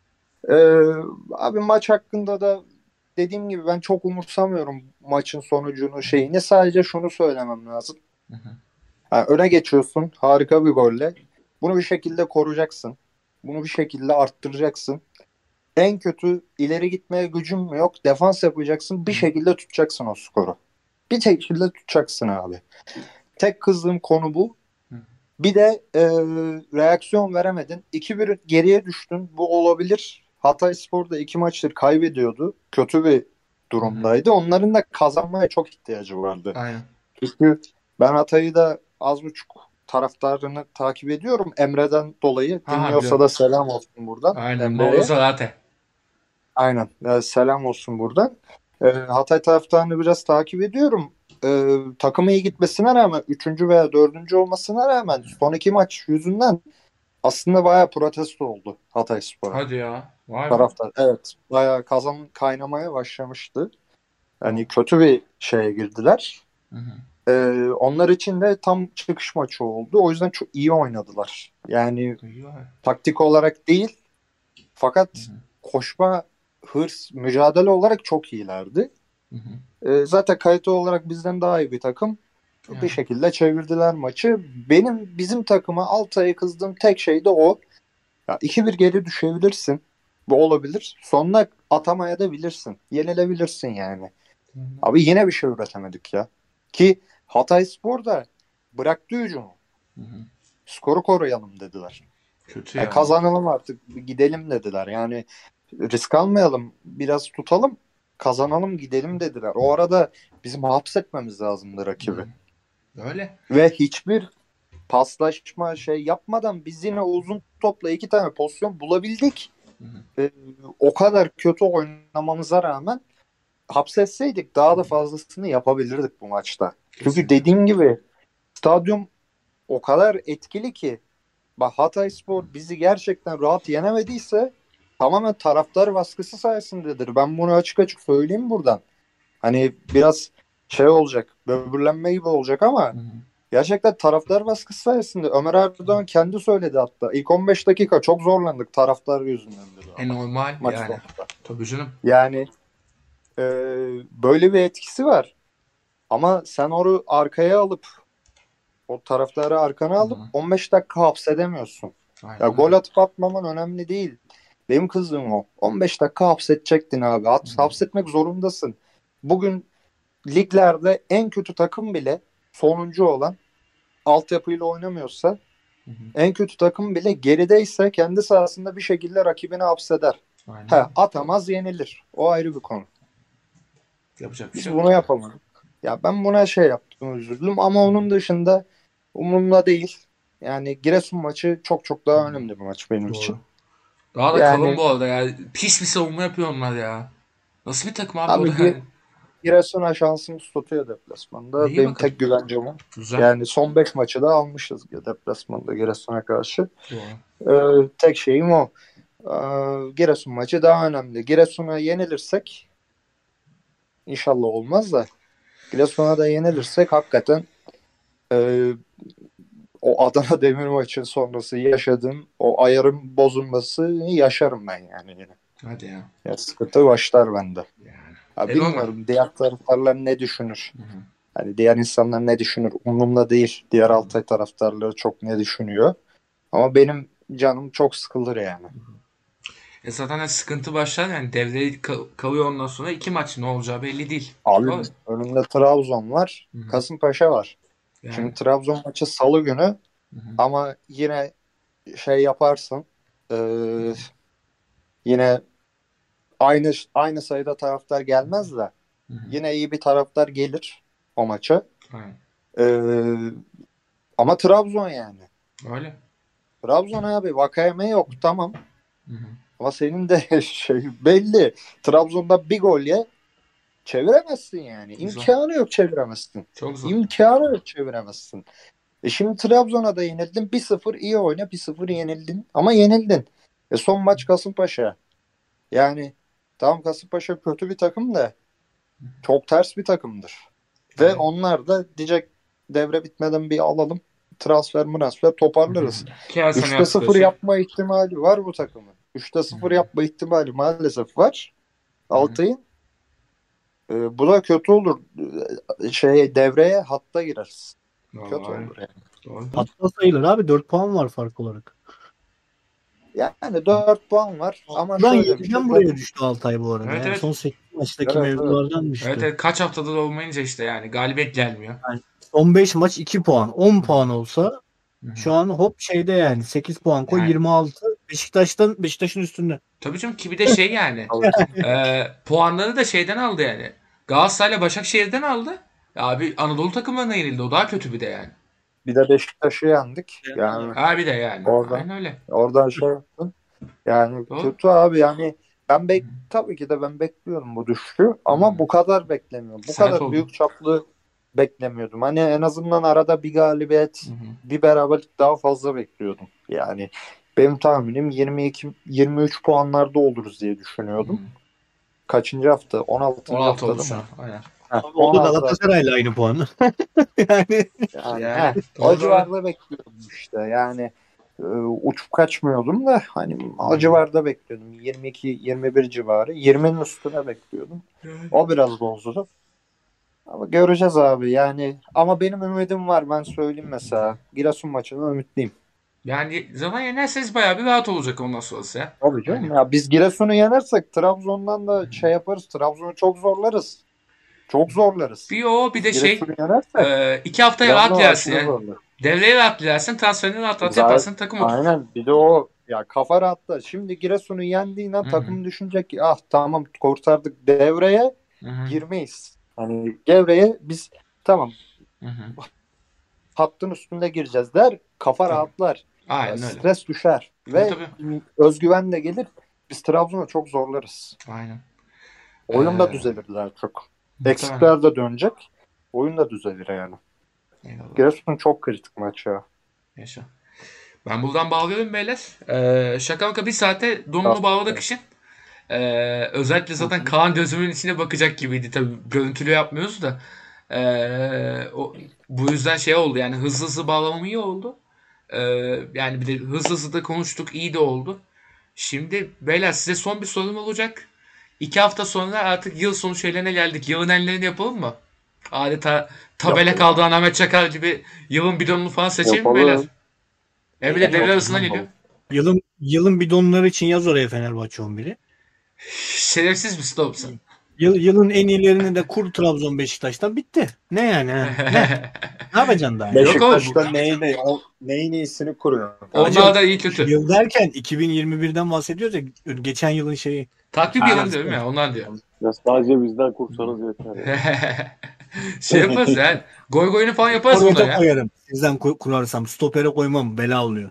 Ee, abi maç hakkında da dediğim gibi ben çok umursamıyorum maçın sonucunu, şeyini. Sadece şunu söylemem lazım. Hı hı. Yani öne geçiyorsun harika bir golle. Bunu bir şekilde koruyacaksın. Bunu bir şekilde arttıracaksın. En kötü ileri gitmeye gücün mü yok? Defans yapacaksın. Hı Bir hı. şekilde tutacaksın o skoru. Bir şekilde tutacaksın abi. Tek kızdığım konu bu. Hı hı. Bir de e, reaksiyon veremedin. iki bir geriye düştün. Bu olabilir. Hatayspor da iki maçtır kaybediyordu. Kötü bir Hı hı. durumdaydı. Onların da kazanmaya çok ihtiyacı vardı. Aynen. Çünkü ben Hatay'ı da az buçuk taraftarını takip ediyorum. Emre'den dolayı. Ha ha Dinliyorsa biliyorum. da selam olsun buradan Aynen. Mauro Emre'ye. Zarate. Aynen. E, selam olsun buradan. E, Hatay taraftarını biraz takip ediyorum. E, takımı iyi gitmesine rağmen, üçüncü veya dördüncü olmasına rağmen son iki maç yüzünden aslında bayağı protesto oldu Hatayspor'a. Hadi ya. Vay be. Taraftar. Evet. Bayağı kazan kaynamaya başlamıştı. Oh. Yani kötü bir şeye girdiler. Hı hı. Ee, onlar için de tam çıkış maçı oldu. O yüzden çok iyi oynadılar. Yani İyi var. taktik olarak değil, Hı fakat hı. koşma, hırs, mücadele olarak çok iyilerdi. Hı hı. Ee, zaten kalite olarak bizden daha iyi bir takım. Bir Yani. şekilde çevirdiler maçı. Benim bizim takıma Altay'a kızdığım tek şey de o. Ya iki bir geri düşebilirsin. Bu olabilir. Sonuna atamaya da bilirsin. Yenilebilirsin yani. Hı hı. Abi yine bir şey üretemedik ya. Ki Hatayspor da bıraktı hücumu. Hı hı. Skoru koruyalım dediler. Kötü Yani ya. kazanalım artık, gidelim dediler. Yani risk almayalım, biraz tutalım, kazanalım, gidelim dediler. O arada bizim hapsetmemiz lazımdı Hı rakibi. hı. Öyle. Ve hiçbir paslaşma şey yapmadan biz yine uzun topla iki tane pozisyon bulabildik. Hı hı. Ee, o kadar kötü oynamamıza rağmen hapsetseydik daha da fazlasını yapabilirdik bu maçta. Çünkü Kesinlikle. dediğim gibi stadyum o kadar etkili ki, bak Hatayspor bizi gerçekten rahat yenemediyse tamamen taraftar baskısı sayesindedir. Ben bunu açık açık söyleyeyim buradan. Hani biraz şey olacak, böbürlenme gibi olacak ama Hı hı. gerçekten taraftar baskısı sayesinde. Ömer Erdoğan kendi söyledi hatta. İlk on beş dakika çok zorlandık taraftar yüzünden dedi E ama normal maç yani. sonunda. Tabii canım. Yani e, böyle bir etkisi var. Ama sen onu arkaya alıp, o taraftarı arkana Hı alıp hı. on beş dakika hapsedemiyorsun. Ya Aynen öyle. gol atıp atmaman önemli değil. Benim kızdığım o. on beş dakika hapsedecektin abi. Hı Hat- hı. hapsetmek zorundasın. Bugün liglerde en kötü takım bile, sonuncu olan, altyapıyla oynamıyorsa, Hı hı. en kötü takım bile gerideyse kendi sahasında bir şekilde rakibini hapseder. Aynen He, öyle. atamaz, yenilir. O ayrı bir konu. Yapacak bir Biz şey yok. bunu yapamadık. Ya ben buna şey yaptım, üzüldüm ama onun dışında umurumda değil. Yani Giresun maçı çok çok daha önemli bir maç benim için. Doğru. Daha da Yani- kalın bu arada ya. Pis bir savunma yapıyor onlar ya. Nasıl bir takım abi, Abi o da Gi- yani. Giresun'a şansımız tutuyor deplasmanda. İyi Benim bakalım. tek güvencem o. Güzel. Yani son beş maçı da almışız deplasmanda Giresun'a karşı. Doğru. Ee, tek şeyim o. Ee, Giresun maçı daha önemli. Giresun'a yenilirsek inşallah olmaz da Giresun'a da yenilirsek hakikaten e, o Adana Demir maçı sonrası yaşadığım o ayarın bozulmasını yaşarım ben yani yine. Hadi ya. Ya sıkıntı başlar bende. Yani. Ya E, bilmiyorum diğer taraftarlar ne düşünür? Hı hı. Hani diğer insanlar ne düşünür? Umurumda değil. Diğer Altay taraftarları çok ne düşünüyor? Ama benim canım çok sıkılır yani. E zaten sıkıntı başlar yani, devreye ka- kalıyor, ondan sonra iki maç ne olacağı belli değil. Abi Doğru. önümde Trabzon var, Hı hı. Kasımpaşa var. Yani. Şimdi Trabzon maçı Salı günü Hı hı. ama yine şey yaparsın e, yine aynı aynı sayıda taraftar gelmez de Hı hı. yine iyi bir taraftar gelir o maça. Aynen. E, ama Trabzon yani. Öyle. Trabzon abi Vakayeme yok tamam. Hı hı. Ama senin de şey belli. Trabzon'da bir gol ye çeviremezsin yani. İmkanı yok çeviremezsin. Çok zor. İmkanı yok çeviremezsin. E şimdi Trabzon'a da yenildin. bir sıfır iyi oyna. bir sıfır yenildin. Ama yenildin. E son maç Kasımpaşa. Yani tamam Kasımpaşa kötü bir takım da çok ters bir takımdır. Ve Evet. onlar da diyecek devre bitmeden bir alalım. Transfer transfer toparlarız. İki ay sonra üçte yaptıkları sıfır şey. yapma ihtimali var bu takımın. üçte sıfır Hı hı. yapma ihtimali maalesef var. Altay'ın. Ee, bu da kötü olur. Ee, Şey devreye hatta gireriz. Vallahi Kötü öyle. olur yani. Doğru. Hatta sayılır abi. dört puan var fark olarak. Yani dört puan var ama Buradan şöyle bir şey. yediden buraya düştü Altay bu arada. Evet, yani evet. son sekiz maçtaki Evet, evet. mevzulardan düştü. Evet, evet, kaç haftadır olmayınca işte yani galibiyet gelmiyor. Son beş maç iki puan. on puan olsa Hı hı. şu an hop şeyde yani sekiz puan koy Yani. yirmi altı. Beşiktaş'tan Beşiktaş'ın üstünde. Tabii canım, ki bir de şey yani e, puanları da şeyden aldı yani. Galatasaray'la Başakşehir'den aldı. Abi Anadolu takımlarına yenildi. O daha kötü bir de yani. Bir de Beşiktaş'ı yendik. Yani Ha bir de yani. Oradan- Aynen öyle. oradan şey yaptın. Yani Doğru. kötü abi yani ben bek tabii ki de ben bekliyorum bu düşüşü ama Hı. bu kadar beklemiyorum. Bu Sert kadar oldu. büyük çaplı beklemiyordum. Hani en azından arada bir galibiyet, Hı hı. bir beraberlik daha fazla bekliyordum. Yani benim tahminim yirmi iki yirmi üç puanlarda oluruz diye düşünüyordum. Hı. Kaçıncı hafta? on altıncı on altı oldu haftada şu mı? an. Aynen. Heh, Abi o da on altıda. Galatasaray'la aynı puanı. yani Yani, Yani, heh, doğru, o doğru. civarda bekliyordum işte. Yani e, uçup kaçmıyordum da hani o civarda bekliyordum. yirmi iki yirmi bir civarı. yirminin üstüne bekliyordum. O biraz bozdu. Ama göreceğiz abi yani. Ama benim ümidim var. Ben söyleyeyim mesela. Giresun maçına ümitliyim. Yani zaman yenerseniz bayağı bir rahat olacak ondan sonrası ya. Tabii canım. Yani. Ya biz Giresun'u yenersek Trabzon'dan da şey yaparız. Trabzon'u çok zorlarız. Çok zorlarız. Bir o bir de şey Giresun'u yenersek e, iki haftaya rahat Trabzon'u girersin aşırı yani. zorlarız. Devreye rahat girersin. Transferini rahat rahat Zaten- yaparsın. Takım oturur. Aynen. Bir de o ya kafa rahatla. Şimdi Giresun'u yendiğin an Hı hı. takım düşünecek ki ah tamam kurtardık devreye Hı hı. girmeyiz. Hani devreye biz tamam Hı hı. hattın üstünde gireceğiz der. Kafa Tabii. rahatlar. Aynen öyle. Stres düşer. Ve Tabii, özgüven de gelir. Biz Trabzon'u çok zorlarız. Aynen. Oyun da Ee, düzelir daha çok. muhtemelen. Eksikler de dönecek. Oyun da düzelir yani. Eyvallah. Giresun çok kritik maç ya. Yaşa. Ben buradan bağlıyorum beyler. Ee, şaka maka bir saate donunu Tamam. bağladık işin. Ee, özellikle zaten Kaan gözümün içine bakacak gibiydi. Tabii görüntülü yapmıyoruz da. Ee, o, bu yüzden şey oldu yani, hızlı hızlı bağlamam iyi oldu. Ee, yani bir de hızlı hızlı da konuştuk, iyi de oldu. Şimdi beyler size son bir sorum olacak. İki hafta sonra artık yıl sonu şeylerine geldik. Yılın enlerini yapalım mı? Adeta tabela Yapalım. kaldıran Ahmet Çakar gibi yılın bidonunu falan seçelim mi Yapalım. beyler? E bir de devre Yapalım. arasına geliyor. yılın yılın bidonları için yaz oraya Fenerbahçe on biri. Şerefsiz misin oğlum sen? Yıl, yılın en iyilerini de kur Trabzon Beşiktaş'tan bitti. Ne yani? ha? Ne? Ne yapacaksın daha? Yok oğlum, Beşiktaş'ta neyin, ne, o, neyin iyisini kuruyor. onlar da iyi kötü. Yıl derken iki bin yirmi birden bahsediyoruz ya, geçen yılın şeyi. Takvim Ha, yılın diyorum ya, ondan diyor. Ya sadece bizden kursanız yeter. ya. Şey yaparız ya. Goy goyunu falan yaparız bunlar Forvet'e ya. koyarım. Sizden ku- kurarsam. Stopere koymam. Bela oluyor.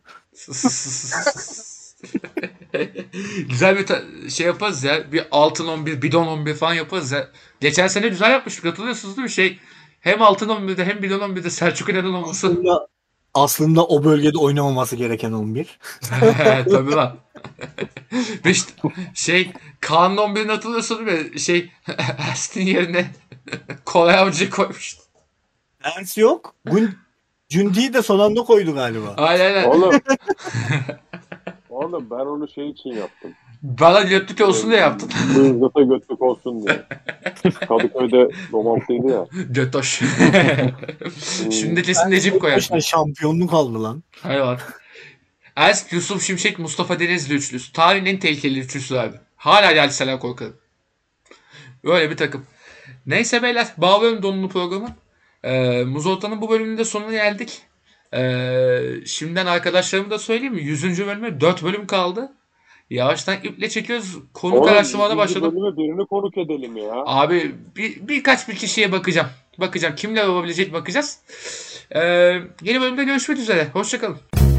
Güzel bir ta- şey yaparız ya. Bir altın on bir, bidon on bir falan yaparız ya. Geçen sene güzel yapmıştık. Hatırlıyorsunuz değil mi? Şey, hem altın on birde hem bidon on birde Selçuk İnan'ın olması. Aslında, aslında o bölgede oynamaması gereken on bir. Tabii lan. Ve işte şey, Kaan'ın on birini hatırlıyorsun değil mi? Şey, Ersin yerine Koray Avcı'yı koymuştu. Ers yok. Gun Cündi'yi de son anda koydu galiba. Aynen aynen. Oğlum. Oğlum ben onu şey için yaptım. Bana götlük olsun diye yaptın. Hızlıta götlük olsun diye. Kadıköy'de domaltıydı ya. Götoş. Şimdi kesin Necip koyar. Başına şampiyonluk aldı lan. Hayır var. Erst, Yusuf Şimşek, Mustafa Denizli üçlüsü. Tarihin en tehlikeli üçlüsü abi. Hala geldi Selen Korkarım. Öyle bir takım. Neyse beyler, bağlıyorum donunu programı. Ee, Muzolta'nın bu bölümünde sonuna geldik. Ee, şimdiden arkadaşlarıma da söyleyeyim mi? yüzüncü bölüme dört bölüm kaldı. Yavaştan iple çekiyoruz. Konuk Oğlum araştırmana yüzüncü başladım. bölümü birini konuk edelim ya. Abi bir, birkaç bir kişiye bakacağım. Bakacağım. Kimler olabilecek bakacağız. Ee, yeni bölümde görüşmek üzere. Hoşçakalın.